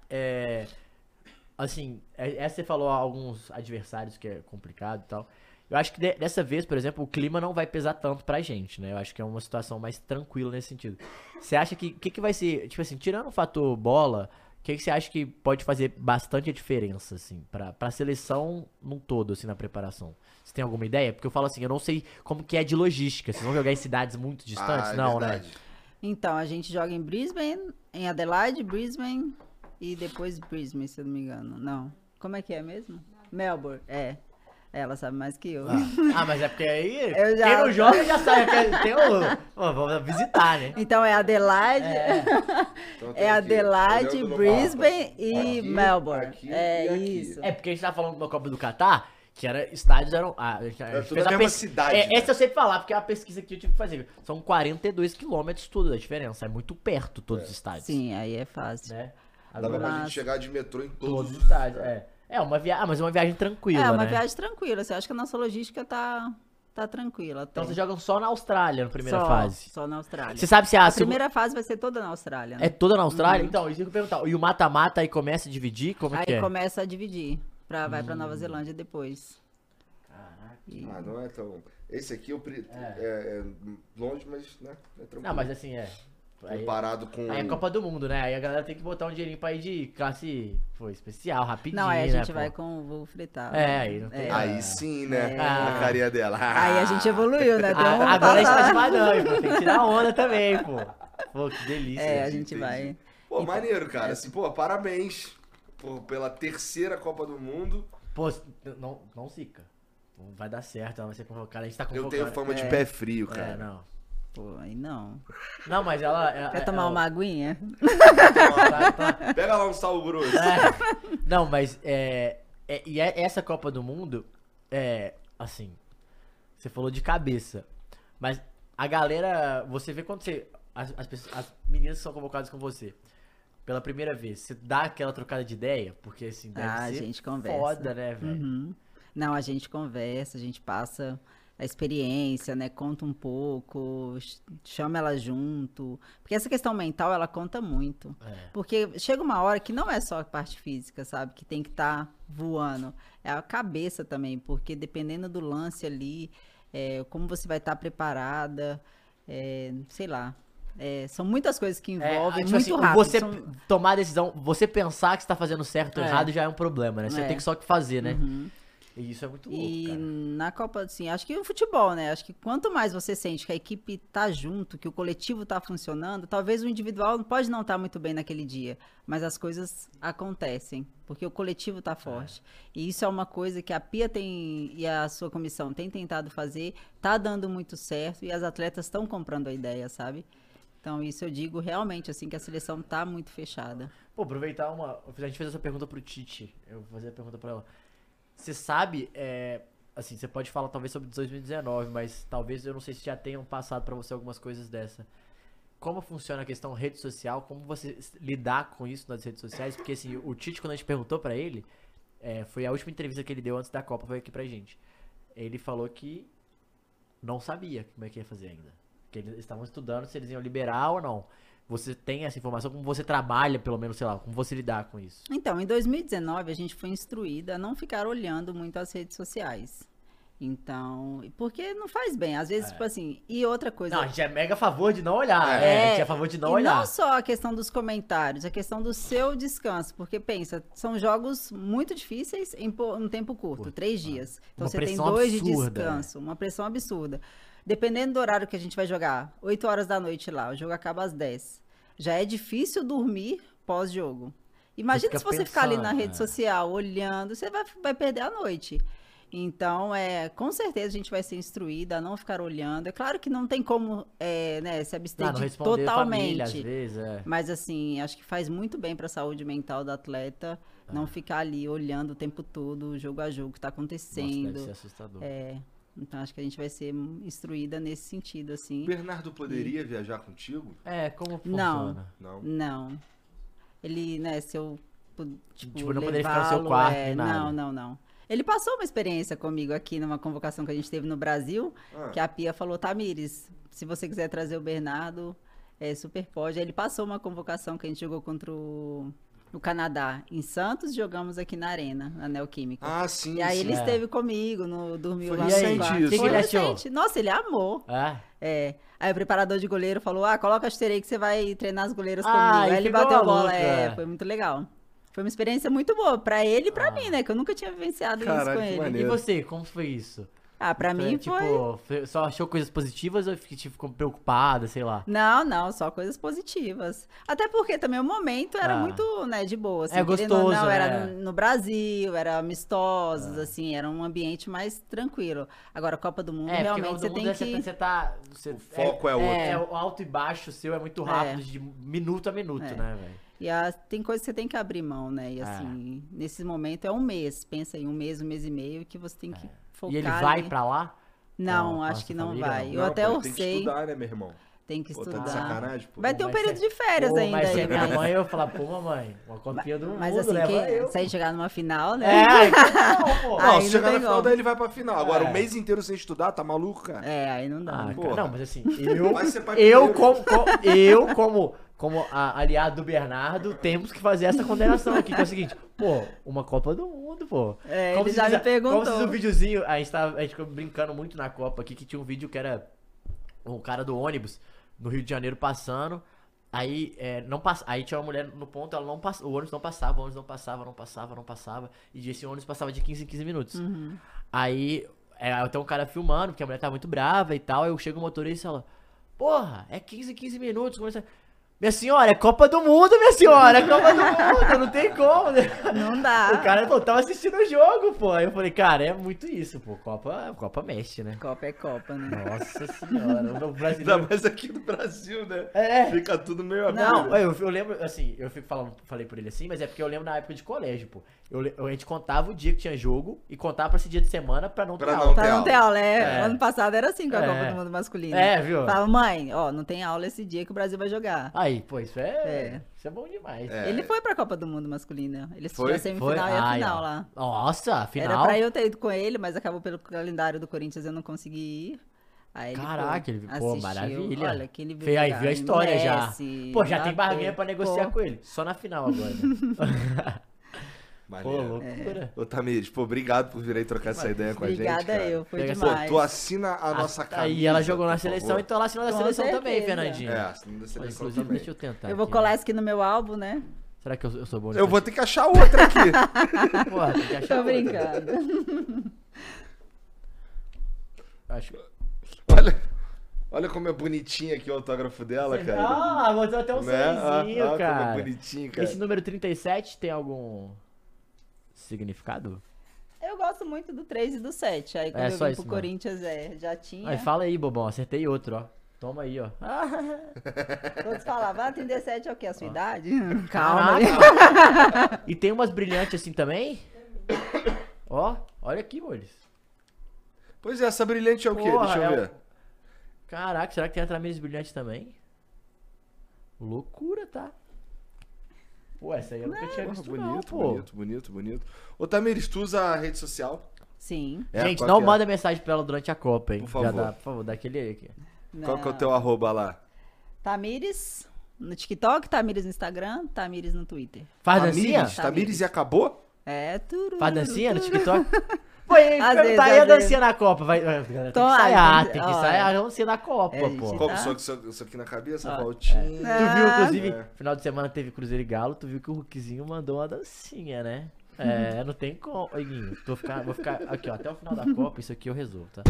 assim, você falou alguns adversários que é complicado e tal. Eu acho que dessa vez, por exemplo, o clima não vai pesar tanto pra gente, né? Eu acho que é uma situação mais tranquila nesse sentido. Você acha que vai ser, tipo assim, tirando o fator bola, o que você acha que pode fazer bastante a diferença, assim, pra seleção num todo, assim, na preparação? Você tem alguma ideia? Porque eu falo assim, eu não sei como que é de logística. Vocês vão jogar em cidades muito distantes? Não, verdade. Né? Então, a gente joga em Brisbane, em Adelaide, Brisbane e depois Brisbane, se eu não me engano. Não. Como é que é mesmo? Melbourne, Ela sabe mais que eu. Mas é porque aí quem não joga já sabe. Vamos visitar, né? Então é Adelaide. Então Adelaide, Brisbane e Melbourne. Aqui isso. É porque a gente tava falando da Copa do Catar, que estádios eram. A gente fez a mesma cidade. Essa eu sempre falar, porque é a pesquisa que eu tive que fazer. São 42 quilômetros tudo da diferença. É muito perto todos os estádios. Sim, aí é fácil. Né? Dá pra gente chegar de metrô em todos os estádios. Mas é uma viagem tranquila, É uma viagem tranquila. Você acha que a nossa logística tá tranquila. Então vocês jogam só na Austrália, na primeira fase? Só na Austrália. Você sabe se a primeira fase vai ser toda na Austrália, né? É toda na Austrália? Então, isso que eu perguntar. E o mata-mata aí começa a dividir? Como é que é? Aí começa a dividir. Vai pra Nova Zelândia depois. Caraca. Não é tão... Esse aqui é longe, mas né, é tranquilo. Não, mas assim, comparado com... Aí é Copa do Mundo, né? Aí a galera tem que botar um dinheirinho pra ir de classe especial, rapidinho, Não, aí a gente né, vai com o voo fretado. Aí não tem... Aí sim, né? A carinha dela. Aí a gente evoluiu, né? Agora a gente tá de madame, pô. Tem que tirar onda também, pô. Pô, que delícia. A gente vai... Pô, maneiro, cara. Assim, pô, parabéns pela terceira Copa do Mundo. Pô, não zica. Vai dar certo, ela vai ser convocada. A gente tá convocando. Eu tenho fama de pé frio, cara. Não. Pô, aí não. Não, mas ela... Quer tomar uma aguinha? Pega lá um sal grosso. Não, mas essa Copa do Mundo, assim, você falou de cabeça, mas a galera, você vê quando as meninas que são convocadas com você, pela primeira vez, você dá aquela trocada de ideia? Porque, assim, deve ser a gente conversa. Foda, né, velho? Não, a gente conversa, a gente passa... a experiência, né? Conta um pouco, chama ela junto. Porque essa questão mental, ela conta muito. Porque chega uma hora que não é só a parte física, sabe? Que tem que estar voando. É a cabeça também, porque dependendo do lance ali, como você vai estar preparada, sei lá. São muitas coisas que envolvem muito assim, rápido. Você tomar a decisão, você pensar que você tá fazendo certo ou errado já é um problema, né? Você tem que só que fazer, né? E isso é muito louco, e cara. Na Copa, assim, acho que no futebol, né? Acho que quanto mais você sente que a equipe tá junto, que o coletivo tá funcionando, talvez o individual pode não estar muito bem naquele dia, mas as coisas acontecem, porque o coletivo tá forte. E isso é uma coisa que a Pia e a sua comissão tem tentado fazer, tá dando muito certo e as atletas estão comprando a ideia, sabe? Então, isso eu digo realmente, assim, que a seleção tá muito fechada. Pô, aproveitar a gente fez essa pergunta pro Tite, eu vou fazer a pergunta pra ela. Você sabe, assim, você pode falar talvez sobre 2019, mas talvez eu não sei se já tenham passado pra você algumas coisas dessa. Como funciona a questão rede social, como você lidar com isso nas redes sociais, porque assim, o Tite, quando a gente perguntou pra ele, foi a última entrevista que ele deu antes da Copa, foi aqui pra gente. Ele falou que não sabia como é que ia fazer ainda. Porque eles estavam estudando se eles iam liberar ou não. Você tem essa informação, como você trabalha, pelo menos, sei lá, como você lidar com isso? Então, em 2019, a gente foi instruída a não ficar olhando muito as redes sociais. Então, porque não faz bem. Às vezes, tipo assim, e outra coisa... Não, a gente é mega a favor de não olhar. A gente é a favor de não olhar. Não só a questão dos comentários, a questão do seu descanso. Porque, pensa, são jogos muito difíceis em um tempo curto, 3 dias. Então, você tem 2 de descanso, uma pressão absurda. Dependendo do horário que a gente vai jogar, 8 horas da noite lá, o jogo acaba às 10. Já é difícil dormir pós-jogo. Imagina se você ficar ali na rede social, olhando, você vai perder a noite. Então, com certeza a gente vai ser instruída a não ficar olhando. É claro que não tem como se abster totalmente. Família, às vezes, Mas, assim, acho que faz muito bem para a saúde mental do atleta não ficar ali olhando o tempo todo, jogo a jogo, que está acontecendo. Nossa, deve ser assustador. Então, acho que a gente vai ser instruída nesse sentido, assim. Bernardo poderia viajar contigo? Como funciona? Não. Ele, se eu, tipo não poderia ficar no seu quarto, nem nada. Não. Ele passou uma experiência comigo aqui numa convocação que a gente teve no Brasil, que a Pia falou, Tamires, se você quiser trazer o Bernardo, super pode. Aí ele passou uma convocação que a gente jogou contra o Canadá, em Santos, jogamos aqui na Arena, na Neoquímica. Ah, sim. E aí ele esteve comigo, dormiu lá. O que ele achou? Nossa, ele amou. Aí o preparador de goleiro falou, coloca a chuteira aí que você vai treinar as goleiras comigo. Aí ele bateu a bola, foi muito legal. Foi uma experiência muito boa pra ele e pra mim, né? Que eu nunca tinha vivenciado isso com ele. Maneiro. E você, como foi isso? Pra mim foi... Só achou coisas positivas ou ficou preocupada, sei lá? Não, só coisas positivas. Até porque também o momento era muito, de boa. Assim, gostoso, não, era no Brasil, era amistosos, assim, era um ambiente mais tranquilo. Agora, a Copa do Mundo, realmente, você tem que... O foco é outro. O alto e baixo seu é muito rápido, de minuto a minuto, né, velho? E tem coisas que você tem que abrir mão, né? E assim, nesse momento é um mês. Pensa em um mês e meio que você tem que focar. E ele vai pra lá? Não, acho que não vai. Eu até orcei. Tem que estudar, né, meu irmão? Tem que estudar. Tá de sacanagem, pô. Vai ter um período de férias ainda. Mas se é minha mãe, eu vou falar, mamãe, uma copinha do mundo, mas assim, se aí chegar numa final, né? Não, se chegar na final, daí ele vai pra final. Agora, o mês inteiro sem estudar, tá maluco, cara? Aí não dá. Não, mas assim, eu como aliado do Bernardo, temos que fazer essa condenação aqui, que é o seguinte, uma Copa do Mundo, ele já me perguntou. Como se o videozinho, a gente ficou brincando muito na Copa aqui, que tinha um vídeo que era um cara do ônibus, no Rio de Janeiro passando, aí aí tinha uma mulher no ponto, ela não passava, o ônibus não passava, e esse ônibus passava de 15 em 15 minutos. Aí tem um cara filmando, porque a mulher tá muito brava e tal, aí chega o motorista e fala, porra, é 15 em 15 minutos, minha senhora, é Copa do Mundo, minha senhora, é Copa do Mundo, não tem como, né? Não dá. O cara, tava assistindo o jogo, Aí eu falei, cara, é muito isso, Copa mexe, né? Copa é Copa, né? Nossa senhora, o brasileiro... Ainda mais aqui no Brasil, né? Fica tudo meio Não, eu lembro, assim, eu fico falei por ele assim, mas é porque eu lembro na época de colégio, a gente contava o dia que tinha jogo e contava pra esse dia de semana pra não ter aula. Pra não ter aula, Ano passado era assim com a Copa do Mundo masculino. Viu? Falava, mãe, não tem aula esse dia que o Brasil vai jogar. Aí, isso é bom demais. Ele foi pra Copa do Mundo masculina. Ele assistiu a semifinal e a final lá. Nossa, a final? Era pra eu ter ido com ele, mas acabou pelo calendário do Corinthians, eu não consegui ir. Aí Caraca, ele maravilha. Olha, que ele veio aí, viu a história já. Já tem barganha pra negociar com ele. Só na final agora. Loucura. Ô, Tamires, obrigado por vir aí trocar essa ideia com a gente. Obrigada foi demais. Tu assina a nossa camisa. Aí ela jogou na seleção, então ela assinou da seleção também, Fernandinho. Assina da seleção também. Deixa eu tentar. Eu vou colar isso aqui no meu álbum, né? Será que eu sou bom? Eu vou ter que achar outra aqui. Porra, tem que achar outra. Tô brincando. Olha como é bonitinho aqui o autógrafo dela, cara. Botou até um sorrisinho, cara. Como é bonitinho, cara. Esse número 37 tem algum significado? Eu gosto muito do 3 e do 7. Aí quando eu vim pro Corinthians, já tinha. Aí fala aí, bobão. Acertei outro, ó. Toma aí, ó. Todos falavam, 37 é o quê? A sua idade? Calma. E tem umas brilhantes assim também? Olha aqui, Moles. Pois é, essa brilhante é o quê? Deixa eu ver. Caraca, será que tem a Tamires brilhante também? Loucura, tá? Essa aí eu nunca tinha visto bonito. Ô, Tamires, tu usa a rede social? Sim. Gente, não manda mensagem pra ela durante a Copa, hein? Por favor. Por favor, dá aquele aí aqui. Qual que é o teu arroba lá? Tamires no TikTok, Tamires no Instagram, Tamires no Twitter. Faz dancinha? Tamires e acabou? Tudo. Faz dancinha no TikTok? Pô, aí a dancinha na Copa. Vai, tem que ensaiar, tem que ensaiar a dancinha na Copa, pô. Como isso aqui na cabeça, voltinha. Tu viu, inclusive, final de semana teve Cruzeiro e Galo, tu viu que o Hulkzinho mandou uma dancinha, né? Não tem como. Iguinho, vou ficar aqui, ó, até o final da Copa, isso aqui eu resolvo, tá?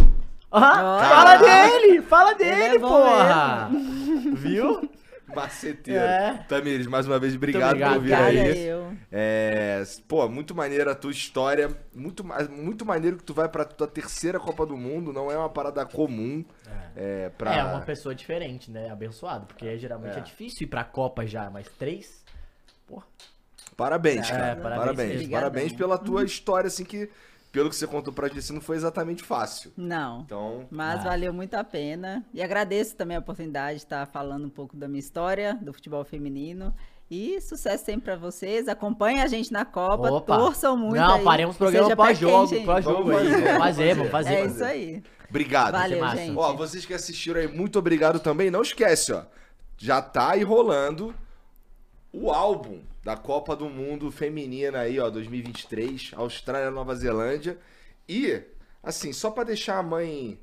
Fala dele, porra! Viu? Maceteiro. Tamires, mais uma vez, obrigado por vir aí. Pô, muito maneira a tua história. Muito maneiro que tu vai pra tua terceira Copa do Mundo. Não é uma parada comum. É uma pessoa diferente, né? Abençoado. Porque geralmente é difícil ir pra Copa já, mas 3. Porra. Parabéns, cara. Parabéns pela tua história, assim, que... Pelo que você contou pra gente, não foi exatamente fácil. Não, então, mas valeu muito a pena. E agradeço também a oportunidade de estar falando um pouco da minha história, do futebol feminino. E sucesso sempre pra vocês. Acompanhem a gente na Copa, torçam muito. Não, paremos o programa pós-jogo aí. Vamos fazer. É isso aí. Obrigado. Valeu, gente. Ó, vocês que assistiram aí, muito obrigado também. Não esquece, ó. Já tá aí rolando o álbum da Copa do Mundo Feminina aí, ó, 2023, Austrália, Nova Zelândia. E, assim, só pra deixar a mãe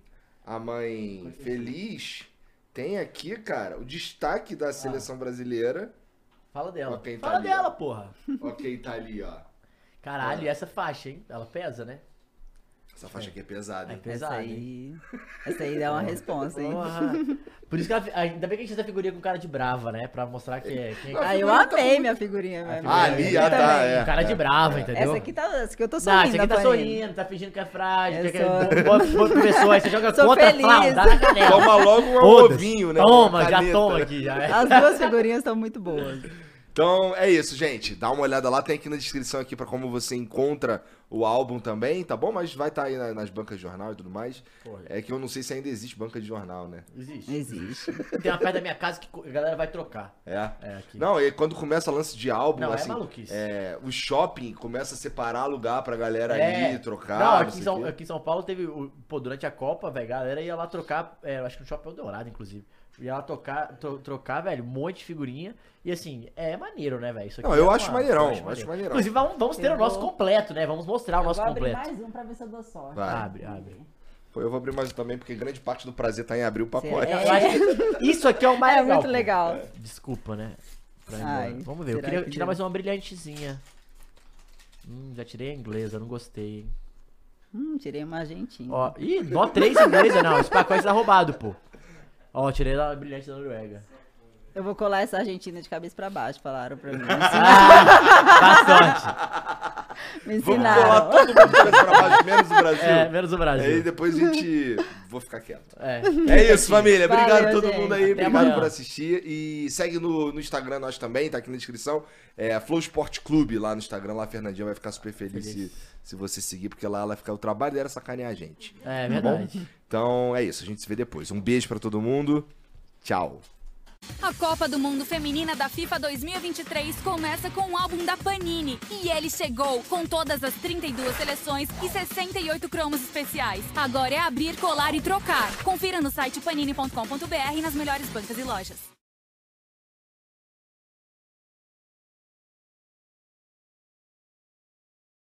feliz, tem aqui, cara, o destaque da seleção brasileira. Fala dela. Fala dela, porra. Ó quem tá ali, ó. Caralho, e essa faixa, hein? Ela pesa, né? Essa faixa aqui é pesada, hein? É pesada. Essa aí dá uma resposta, hein? Por isso que ainda bem que a gente fez a figurinha com cara de brava, né? Pra mostrar que é. Eu amei minha figurinha. tá. Cara de brava, entendeu? Essa aqui eu tô sorrindo. Essa aqui tá sorrindo, tá fingindo que é frágil. Boa pessoa, aí você joga contra, dá na canela. Toma logo um ovinho, né? Toma, já toma aqui. Já. As duas figurinhas estão muito boas. Então é isso, gente. Dá uma olhada lá, tem aqui na descrição aqui pra como você encontra o álbum também, tá bom? Mas vai estar aí nas bancas de jornal e tudo mais. Porra. É que eu não sei se ainda existe banca de jornal, né? Existe. Tem uma perto da minha casa que a galera vai trocar. Aqui. Não, e quando começa lance de álbum, não, assim, maluquice. O shopping começa a separar lugar pra galera ir trocar. Não, aqui em São Paulo teve, durante a Copa, velho, a galera ia lá trocar, acho que no Shopping Eldorado, inclusive. Ia lá trocar, velho, um monte de figurinha. E assim, é maneiro, né, velho? Não, eu acho maneirão. Inclusive, vamos ter o nosso completo, né? Vamos mostrar o nosso completo. Eu vou abrir mais um pra ver se eu dou sorte. Abre. Pô, eu vou abrir mais um também, porque grande parte do prazer tá em abrir o pacote. Isso aqui é o mais legal. É muito legal. Desculpa, né? Vamos ver, eu queria tirar mais uma brilhantezinha. Já tirei a inglesa, não gostei. Tirei uma argentina. Ó, 3 inglesa, não. Esse pacote tá roubado, pô. Ó, tirei a brilhante da Noruega. Eu vou colar essa Argentina de cabeça pra baixo, falaram pra mim. Bastante. Me ensinaram. Vamos colar todo mundo de cabeça pra baixo, menos o Brasil. Menos o Brasil. Aí depois a gente... Vou ficar quieto. É isso, família. Obrigado a todo mundo aí. Até obrigado amanhã. por assistir. E segue no Instagram nós também, tá aqui na descrição. Flow Sport Clube lá no Instagram. Lá a Fernandinha vai ficar super feliz se você seguir, porque lá ela fica... O trabalho dela é sacanear a gente. É verdade. Bom? Então é isso. A gente se vê depois. Um beijo pra todo mundo. Tchau. A Copa do Mundo Feminina da FIFA 2023 começa com o álbum da Panini. E ele chegou com todas as 32 seleções e 68 cromos especiais. Agora é abrir, colar e trocar. Confira no site panini.com.br e nas melhores bancas e lojas.